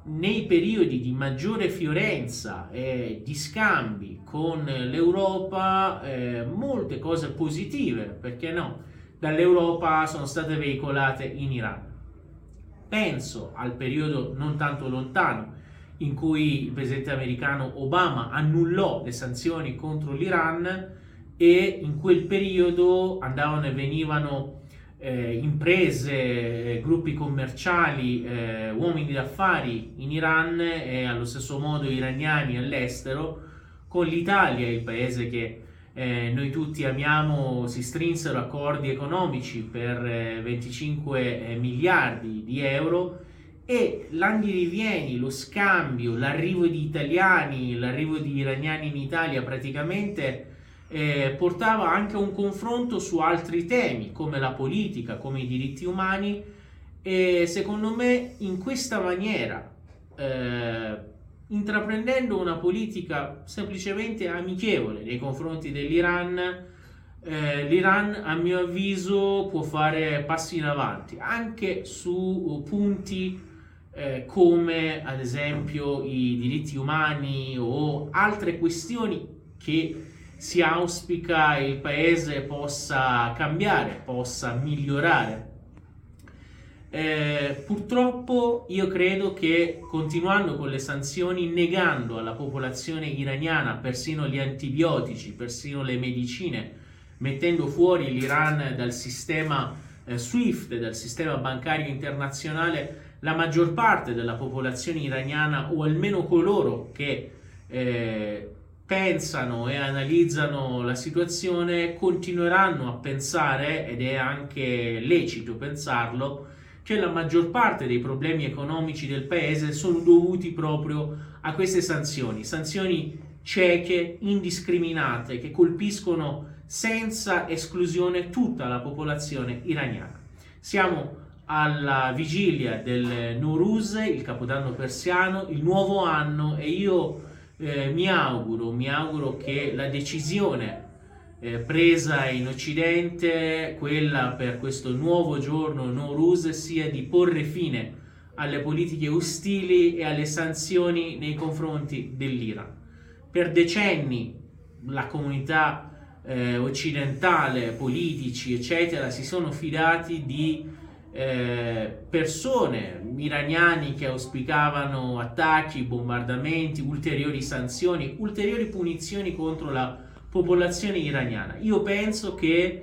nei periodi di maggiore fiorenza e di scambi con l'Europa molte cose positive, perché no, dall'Europa sono state veicolate in Iran. Penso al periodo non tanto lontano in cui il presidente americano Obama annullò le sanzioni contro l'Iran, e in quel periodo andavano e venivano imprese, gruppi commerciali, uomini d'affari in Iran e allo stesso modo iraniani all'estero, con l'Italia, il paese che noi tutti amiamo, si strinsero accordi economici per 25 miliardi di euro, e l'andirivieni, lo scambio, l'arrivo di italiani, l'arrivo di iraniani in Italia praticamente portava anche a un confronto su altri temi come la politica, come i diritti umani, e secondo me in questa maniera, intraprendendo una politica semplicemente amichevole nei confronti dell'Iran, l'Iran a mio avviso può fare passi in avanti anche su punti come ad esempio i diritti umani o altre questioni che si auspica il paese possa cambiare, possa migliorare. Purtroppo io credo che continuando con le sanzioni, negando alla popolazione iraniana persino gli antibiotici, persino le medicine, mettendo fuori l'Iran dal sistema SWIFT, dal sistema bancario internazionale, la maggior parte della popolazione iraniana, o almeno coloro che pensano e analizzano la situazione, continueranno a pensare, ed è anche lecito pensarlo, che la maggior parte dei problemi economici del paese sono dovuti proprio a queste sanzioni cieche, indiscriminate, che colpiscono senza esclusione tutta la popolazione iraniana. Siamo alla vigilia del Nowruz, il capodanno persiano, il nuovo anno, e io mi auguro che la decisione presa in Occidente, quella per questo nuovo giorno Nowruz, sia di porre fine alle politiche ostili e alle sanzioni nei confronti dell'Iran. Per decenni la comunità occidentale, politici eccetera, si sono fidati di persone, iraniani, che auspicavano attacchi, bombardamenti, ulteriori sanzioni, ulteriori punizioni contro la popolazione iraniana. Io penso che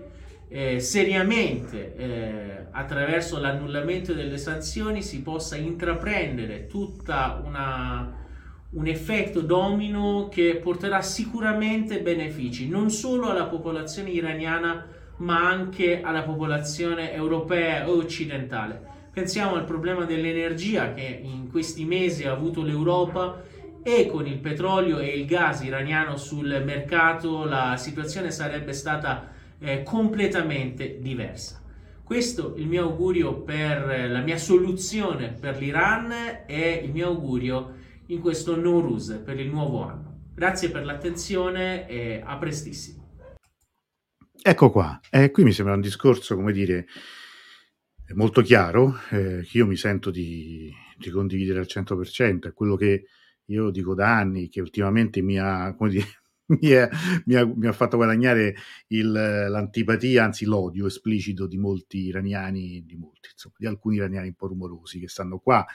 seriamente attraverso l'annullamento delle sanzioni si possa intraprendere tutta un effetto domino che porterà sicuramente benefici non solo alla popolazione iraniana ma anche alla popolazione europea e occidentale. Pensiamo al problema dell'energia che in questi mesi ha avuto l'Europa, e con il petrolio e il gas iraniano sul mercato la situazione sarebbe stata completamente diversa. Questo è il mio augurio per la mia soluzione per l'Iran e il mio augurio in questo Nowruz per il nuovo anno. Grazie per l'attenzione e a prestissimo. Ecco qua, qui mi sembra un discorso, come dire, molto chiaro, che io mi sento di condividere al 100%, è quello che io dico da anni, che ultimamente mi ha, come dire, mi ha fatto guadagnare l'antipatia, anzi l'odio esplicito di molti iraniani, insomma, di alcuni iraniani un po' rumorosi che stanno qua.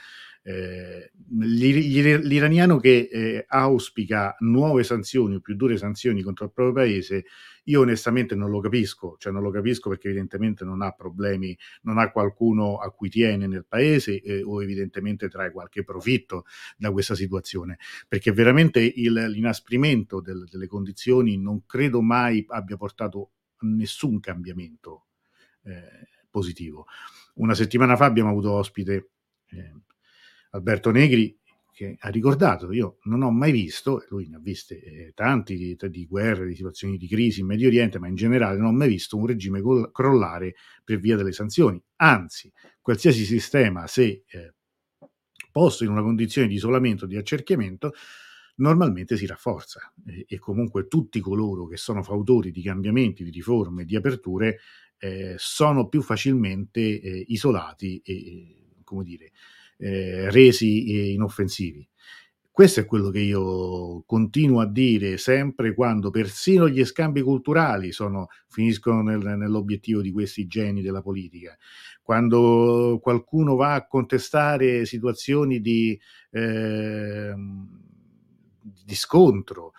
L'iraniano che auspica nuove sanzioni o più dure sanzioni contro il proprio paese, io onestamente non lo capisco, cioè non lo capisco perché evidentemente non ha problemi, non ha qualcuno a cui tiene nel paese o evidentemente trae qualche profitto da questa situazione, perché veramente l'inasprimento delle condizioni non credo mai abbia portato a nessun cambiamento positivo. Una settimana fa abbiamo avuto ospite Alberto Negri, che ha ricordato: io non ho mai visto, lui ne ha viste tanti di guerre, di situazioni di crisi in Medio Oriente, ma in generale non ho mai visto un regime crollare per via delle sanzioni. Anzi, qualsiasi sistema, se posto in una condizione di isolamento, di accerchiamento, normalmente si rafforza, e comunque tutti coloro che sono fautori di cambiamenti, di riforme, di aperture sono più facilmente isolati e come dire, resi inoffensivi. Questo è quello che io continuo a dire sempre, quando persino gli scambi culturali finiscono nell'obiettivo di questi geni della politica. Quando qualcuno va a contestare situazioni di scontro,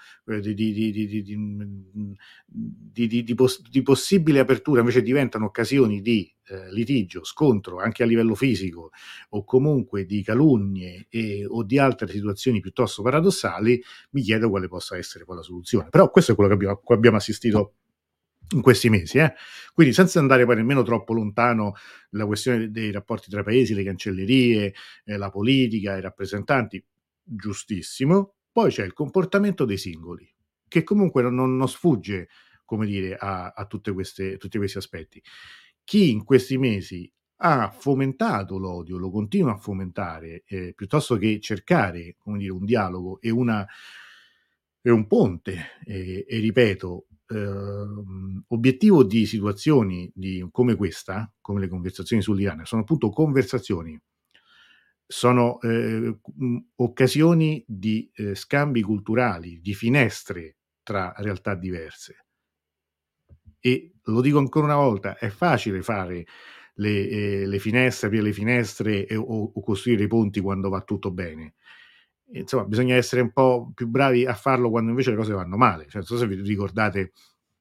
di possibile apertura, invece diventano occasioni di litigio, scontro anche a livello fisico, o comunque di calunnie o di altre situazioni piuttosto paradossali, mi chiedo quale possa essere poi la soluzione. Però questo è quello che abbiamo assistito in questi mesi, quindi senza andare poi nemmeno troppo lontano, la questione dei rapporti tra paesi, le cancellerie, la politica, i rappresentanti, giustissimo. Poi c'è il comportamento dei singoli, che comunque non sfugge, come dire, a tutti questi aspetti. Chi in questi mesi ha fomentato l'odio, lo continua a fomentare, piuttosto che cercare, come dire, un dialogo e un ponte, e ripeto, obiettivo di situazioni come questa, come le conversazioni sull'Iran, sono appunto conversazioni, sono occasioni di scambi culturali, di finestre tra realtà diverse. E lo dico ancora una volta, è facile fare le finestre per le finestre o costruire i ponti quando va tutto bene. Insomma, bisogna essere un po' più bravi a farlo quando invece le cose vanno male. Cioè, non so se vi ricordate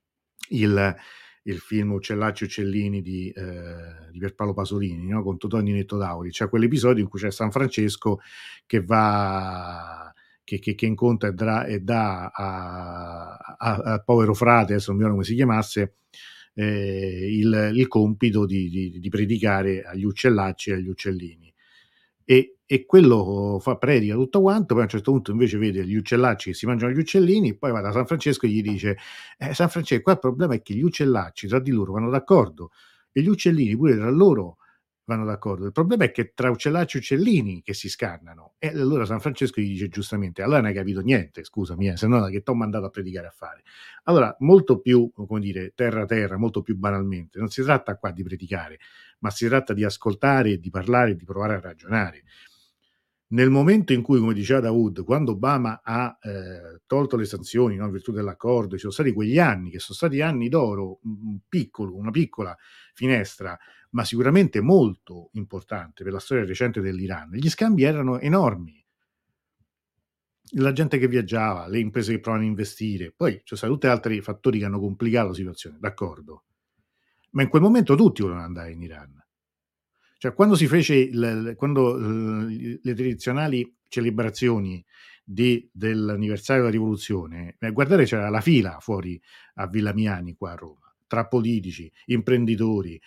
il film Uccellacci Uccellini di Pierpaolo Pasolini, no? Con Totò e Ninetto Dauri. C'è quell'episodio in cui c'è San Francesco che va che incontra e dà al povero frate, adesso non mi ricordo come si chiamasse, il compito di predicare agli uccellacci e agli uccellini. E quello predica tutto quanto, poi a un certo punto invece vede gli uccellacci che si mangiano gli uccellini, poi va da San Francesco e gli dice: San Francesco, qua il problema è che gli uccellacci tra di loro vanno d'accordo e gli uccellini pure tra loro vanno d'accordo. Il problema è che tra uccellacci e uccellini che si scannano. E allora San Francesco gli dice giustamente: allora non hai capito niente, scusami, se no che t'ho mandato a predicare a fare. Allora, molto più, come dire, terra, molto più banalmente, non si tratta qua di predicare, ma si tratta di ascoltare, di parlare, di provare a ragionare. Nel momento in cui, come diceva Dawood, quando Obama ha tolto le sanzioni, no, in virtù dell'accordo, ci sono stati quegli anni che sono stati anni d'oro, una piccola finestra, ma sicuramente molto importante per la storia recente dell'Iran. Gli scambi erano enormi. La gente che viaggiava, le imprese che provano a investire, poi ci sono stati tutti altri fattori che hanno complicato la situazione, d'accordo. Ma in quel momento tutti volevano andare in Iran. Cioè, quando si fece le tradizionali celebrazioni dell'anniversario della rivoluzione, guardate, c'era la fila fuori a Villa Miani qua a Roma, tra politici, imprenditori,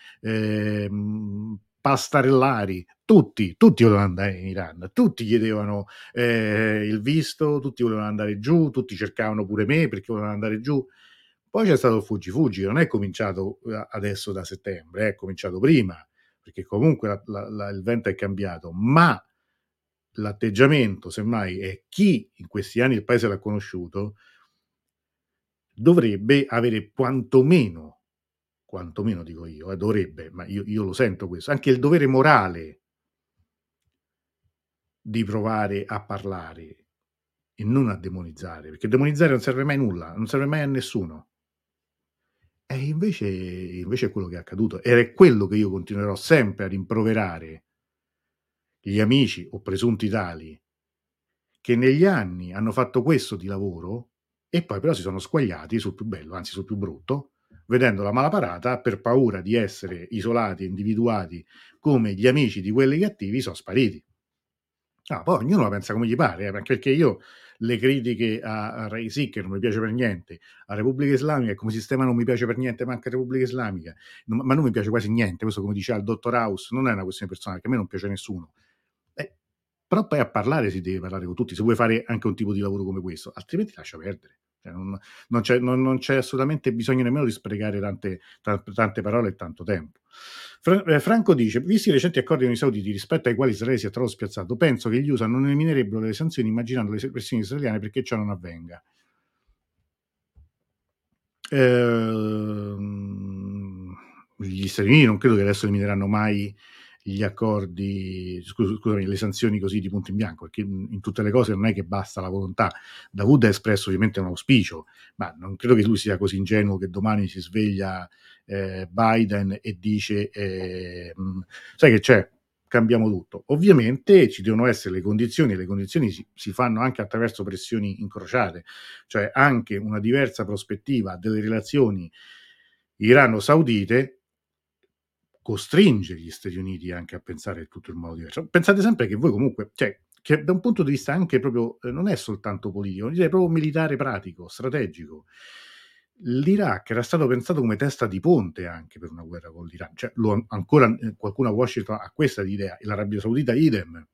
pastarellari, tutti volevano andare in Iran, tutti chiedevano il visto, tutti volevano andare giù, tutti cercavano pure me perché volevano andare giù. Poi c'è stato il fuggi, non è cominciato adesso da settembre, è cominciato prima, perché comunque il vento è cambiato, ma l'atteggiamento, semmai, è chi in questi anni il paese l'ha conosciuto, dovrebbe avere quantomeno dico io, dovrebbe, ma io lo sento questo, anche il dovere morale di provare a parlare e non a demonizzare, perché demonizzare non serve mai a nulla, non serve mai a nessuno. E invece è quello che è accaduto, ed è quello che io continuerò sempre a rimproverare gli amici o presunti tali che negli anni hanno fatto questo di lavoro e poi però si sono squagliati sul più bello, anzi sul più brutto, vedendo la malaparata, per paura di essere isolati e individuati come gli amici di quelli cattivi, sono spariti. Poi ognuno la pensa come gli pare, anche perché io le critiche a Raisi, che non mi piace per niente, a Repubblica Islamica e come sistema non mi piace per niente, ma anche a Repubblica Islamica, ma non mi piace quasi niente, questo come diceva il dottor House, non è una questione personale, che a me non piace nessuno. Però poi a parlare si deve parlare con tutti, se vuoi fare anche un tipo di lavoro come questo, altrimenti lascia perdere. Cioè non c'è assolutamente bisogno nemmeno di sprecare tante parole e tanto tempo. Franco dice: visti i recenti accordi con i sauditi rispetto ai quali Israele si è trovato spiazzato, penso che gli USA non eliminerebbero le sanzioni immaginando le pressioni israeliane perché ciò non avvenga. Gli Stati Uniti non credo che adesso elimineranno mai gli accordi, scusami, le sanzioni così di punto in bianco, perché in tutte le cose non è che basta la volontà. Dawood ha espresso ovviamente un auspicio, ma non credo che lui sia così ingenuo che domani si sveglia Biden e dice sai che c'è, cambiamo tutto. Ovviamente ci devono essere le condizioni, e le condizioni si fanno anche attraverso pressioni incrociate, cioè anche una diversa prospettiva delle relazioni irano-saudite costringe gli Stati Uniti anche a pensare tutto in modo diverso. Pensate sempre che voi comunque, cioè, che da un punto di vista anche proprio, non è soltanto politico, direi proprio militare pratico, strategico. L'Iraq era stato pensato come testa di ponte anche per una guerra con l'Iran, cioè ancora qualcuno a Washington ha questa idea, e l'Arabia Saudita idem.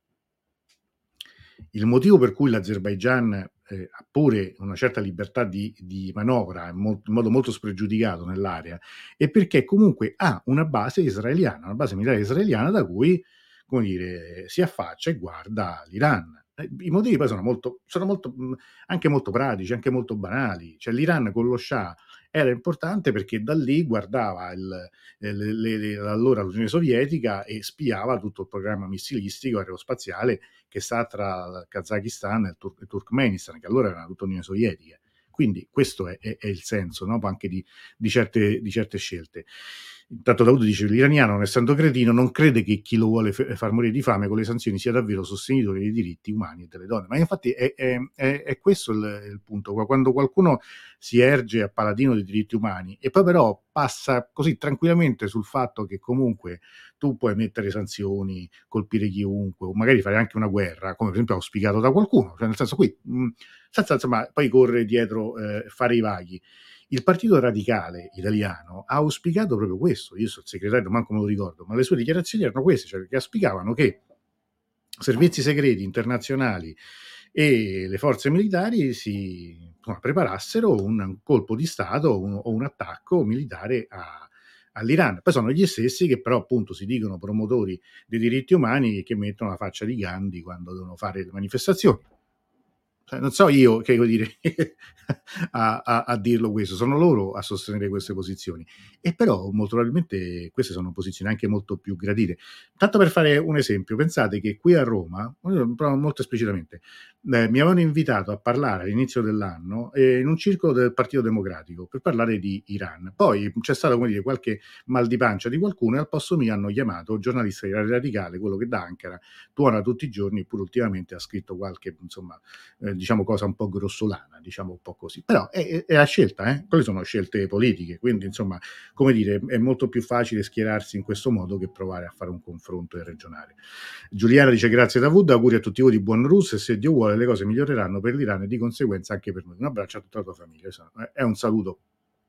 Il motivo per cui l'Azerbaigian ha pure una certa libertà di manovra in modo molto spregiudicato nell'area è perché comunque ha una base israeliana, una base militare israeliana da cui, come dire, si affaccia e guarda l'Iran. I motivi poi sono molto anche molto pratici, anche molto banali. Cioè l'Iran con lo Shah era importante perché da lì guardava allora l'Unione Sovietica e spiava tutto il programma missilistico aerospaziale che sta tra il Kazakistan e il Turkmenistan, che allora era tutta l'Unione Sovietica. Quindi questo è il senso, no? Anche di certe scelte. Intanto Davuto dice che l'iraniano, non essendo cretino, non crede che chi lo vuole far morire di fame con le sanzioni sia davvero sostenitore dei diritti umani e delle donne. Ma infatti è questo il punto. Quando qualcuno si erge a paladino dei diritti umani e poi però passa così tranquillamente sul fatto che comunque tu puoi mettere sanzioni, colpire chiunque, o magari fare anche una guerra, come per esempio auspicato da qualcuno, cioè nel senso qui, senza insomma poi correre dietro, fare i vaghi. Il Partito Radicale italiano ha auspicato proprio questo, io sono il segretario, manco me lo ricordo, ma le sue dichiarazioni erano queste, cioè che auspicavano che servizi segreti internazionali e le forze militari si preparassero un colpo di Stato o un attacco militare all'Iran. Poi sono gli stessi che però appunto si dicono promotori dei diritti umani e che mettono la faccia di Gandhi quando devono fare le manifestazioni. Non so io che devo dire a dirlo questo, sono loro a sostenere queste posizioni e però molto probabilmente queste sono posizioni anche molto più gradite. Tanto per fare un esempio, pensate che qui a Roma, molto esplicitamente, mi avevano invitato a parlare all'inizio dell'anno in un circolo del Partito Democratico per parlare di Iran. Poi c'è stato, come dire, qualche mal di pancia di qualcuno e al posto mio hanno chiamato un giornalista di Radio Radicale, quello che da Ankara tuona tutti i giorni, eppure ultimamente ha scritto qualche, insomma, diciamo cosa un po' grossolana, diciamo un po' così. Però è la scelta, quelle sono scelte politiche, quindi insomma, come dire, è molto più facile schierarsi in questo modo che provare a fare un confronto e ragionare. Giuliana dice grazie Davud, auguri a tutti voi di buon Rus e se Dio vuole le cose miglioreranno per l'Iran e di conseguenza anche per noi. Un abbraccio a tutta la tua famiglia, è un saluto.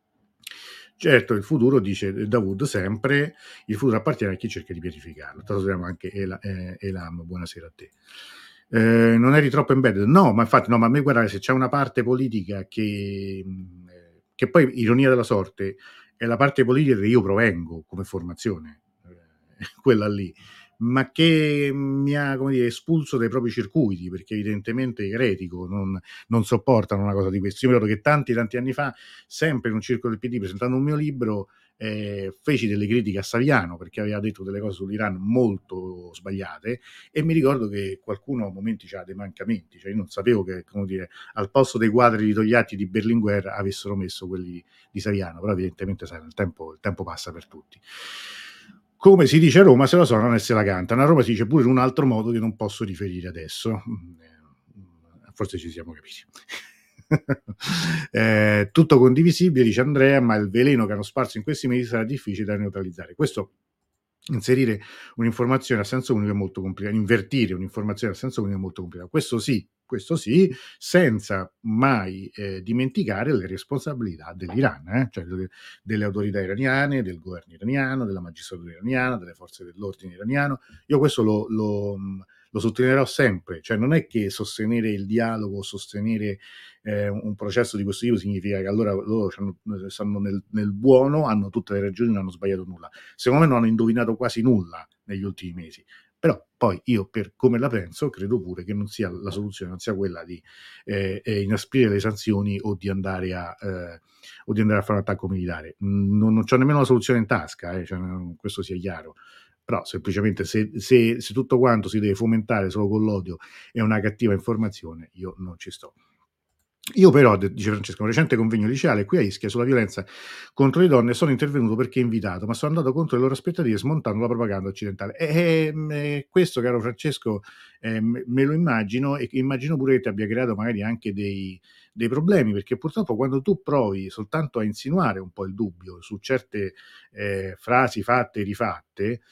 Certo, il futuro, dice Davud sempre, il futuro appartiene a chi cerca di pianificarlo. Salutiamo anche Elam, buonasera a te. Non eri troppo embedded? No, ma infatti no, ma a me guardate, se c'è una parte politica che poi, ironia della sorte, è la parte politica che io provengo come formazione, quella lì, ma che mi ha, come dire, espulso dai propri circuiti, perché evidentemente i eretico non sopportano una cosa di questo. Io mi ricordo che tanti anni fa, sempre in un circolo del PD, presentando un mio libro, feci delle critiche a Saviano perché aveva detto delle cose sull'Iran molto sbagliate e mi ricordo che qualcuno a momenti c'ha dei mancamenti, cioè io non sapevo che, come dire, al posto dei quadri di Togliatti di Berlinguer avessero messo quelli di Saviano, però evidentemente sai, il tempo passa per tutti. Come si dice a Roma, se la suonano e se la cantano. A Roma si dice pure in un altro modo che non posso riferire adesso. Forse ci siamo capiti. Tutto condivisibile, dice Andrea, ma il veleno che hanno sparso in questi mesi sarà difficile da neutralizzare. Questo, inserire un'informazione a senso unico è molto complicato, invertire un'informazione a senso unico è molto complicato. Questo sì, senza mai dimenticare le responsabilità dell'Iran, cioè delle autorità iraniane, del governo iraniano, della magistratura iraniana, delle forze dell'ordine iraniano. Io questo lo sottolineerò sempre, cioè non è che sostenere il dialogo, sostenere un processo di questo tipo significa che allora loro stanno nel buono, hanno tutte le ragioni, non hanno sbagliato nulla. Secondo me non hanno indovinato quasi nulla negli ultimi mesi. Però poi io, per come la penso, credo pure che non sia la soluzione, non sia quella di inasprire le sanzioni o di andare a fare un attacco militare. Non c'ho nemmeno la soluzione in tasca, cioè, questo sia chiaro. però semplicemente se tutto quanto si deve fomentare solo con l'odio e una cattiva informazione, io non ci sto. Io però, dice Francesco, un recente convegno liceale qui a Ischia sulla violenza contro le donne sono intervenuto perché invitato, ma sono andato contro le loro aspettative smontando la propaganda occidentale. Questo, caro Francesco, me lo immagino, e immagino pure che ti abbia creato magari anche dei problemi, perché purtroppo quando tu provi soltanto a insinuare un po' il dubbio su certe frasi fatte e rifatte,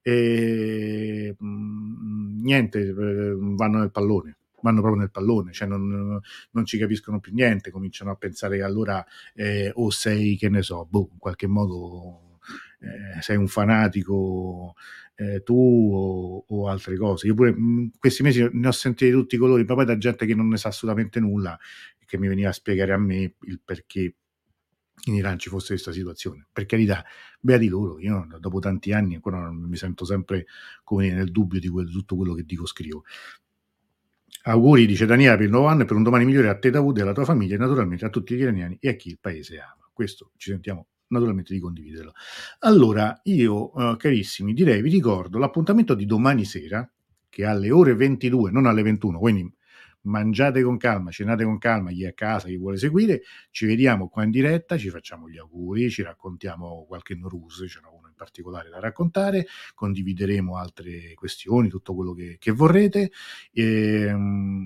niente, vanno nel pallone. Vanno proprio nel pallone, cioè non ci capiscono più niente, cominciano a pensare che allora o sei, che ne so, in qualche modo sei un fanatico tu o altre cose. Io pure questi mesi ne ho sentiti tutti i colori, ma poi da gente che non ne sa assolutamente nulla e che mi veniva a spiegare a me il perché in Iran ci fosse questa situazione. Per carità, beati loro, io dopo tanti anni ancora non mi sento sempre come nel dubbio di tutto quello che dico scrivo. Auguri, dice Daniela, per il nuovo anno e per un domani migliore a te, Davud, e alla tua famiglia e naturalmente a tutti gli iraniani e a chi il paese ama. Questo ci sentiamo naturalmente di condividerlo. Allora, io, carissimi, direi, vi ricordo l'appuntamento di domani sera, che è alle ore 22, non alle 21, quindi mangiate con calma, cenate con calma, chi è a casa, chi vuole seguire, ci vediamo qua in diretta, ci facciamo gli auguri, ci raccontiamo qualche Nowruz, c'era uno in particolare da raccontare, condivideremo altre questioni, tutto quello che vorrete, e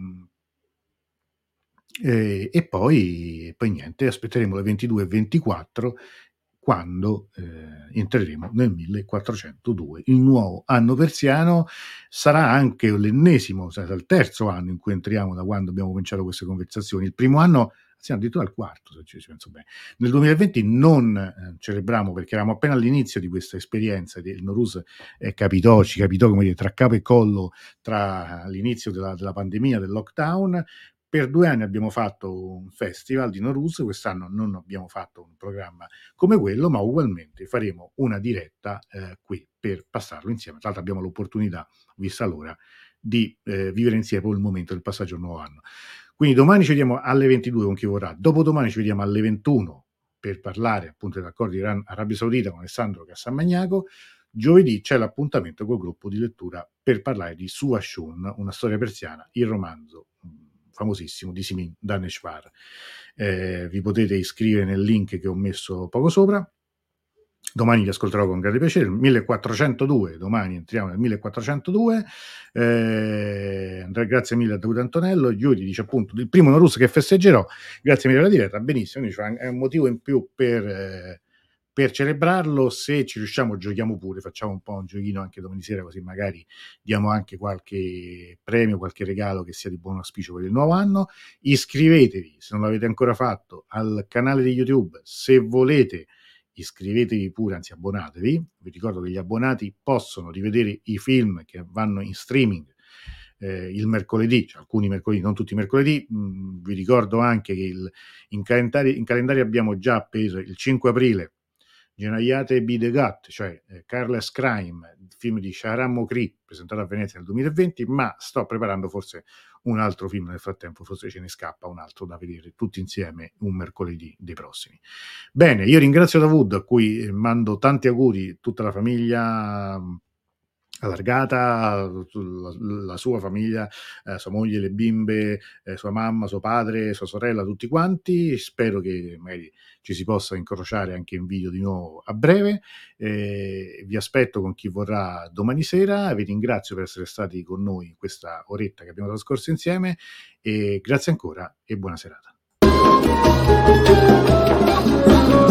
poi niente, aspetteremo le 22:24 quando entreremo nel 1402. Il nuovo anno persiano sarà anche l'ennesimo, sarà il terzo anno in cui entriamo da quando abbiamo cominciato queste conversazioni. Il primo anno, siamo addirittura al quarto, se ci penso bene. Nel 2020 non celebrammo perché eravamo appena all'inizio di questa esperienza. Il Nowruz ci capitò come dire, tra capo e collo tra l'inizio della pandemia, del lockdown. Per 2 anni abbiamo fatto un festival di Nowruz, quest'anno non abbiamo fatto un programma come quello, ma ugualmente faremo una diretta qui per passarlo insieme. Tra l'altro abbiamo l'opportunità, vista l'ora, di vivere insieme il momento del passaggio al nuovo anno. Quindi domani ci vediamo alle 22 con chi vorrà, dopodomani ci vediamo alle 21 per parlare appunto dell'accordo Iran-Arabia Saudita con Alessandro Cassamagnaco. Giovedì c'è l'appuntamento col gruppo di lettura per parlare di Suashun, una storia persiana, il romanzo famosissimo di Simin Daneshvar. Vi potete iscrivere nel link che ho messo poco sopra. Domani li ascolterò con grande piacere. 1402, domani entriamo nel 1402. Andrea, grazie mille a Davide Antonello. Giudi dice appunto il primo Nowruz che festeggerò. Grazie mille alla diretta, benissimo. È un motivo in più per celebrarlo. Se ci riusciamo giochiamo pure, facciamo un po' un giochino anche domani sera, così magari diamo anche qualche premio, qualche regalo che sia di buon auspicio per il nuovo anno. Iscrivetevi, se non l'avete ancora fatto, al canale di YouTube. Se volete iscrivetevi pure, anzi abbonatevi. Vi ricordo che gli abbonati possono rivedere i film che vanno in streaming il mercoledì, cioè alcuni mercoledì, non tutti i mercoledì. Vi ricordo anche che in calendario abbiamo già per il 5 aprile Genaiate Bidegat, cioè Careless Crime, il film di Shahram Mokri, presentato a Venezia nel 2020, ma sto preparando forse un altro film nel frattempo, forse ce ne scappa un altro da vedere tutti insieme un mercoledì dei prossimi. Bene, io ringrazio Davud, a cui mando tanti auguri, tutta la famiglia allargata, la sua famiglia, sua moglie, le bimbe, sua mamma, suo padre, sua sorella, tutti quanti. Spero che magari ci si possa incrociare anche in video di nuovo a breve. Vi aspetto con chi vorrà domani sera. Vi ringrazio per essere stati con noi in questa oretta che abbiamo trascorso insieme e grazie ancora e buona serata.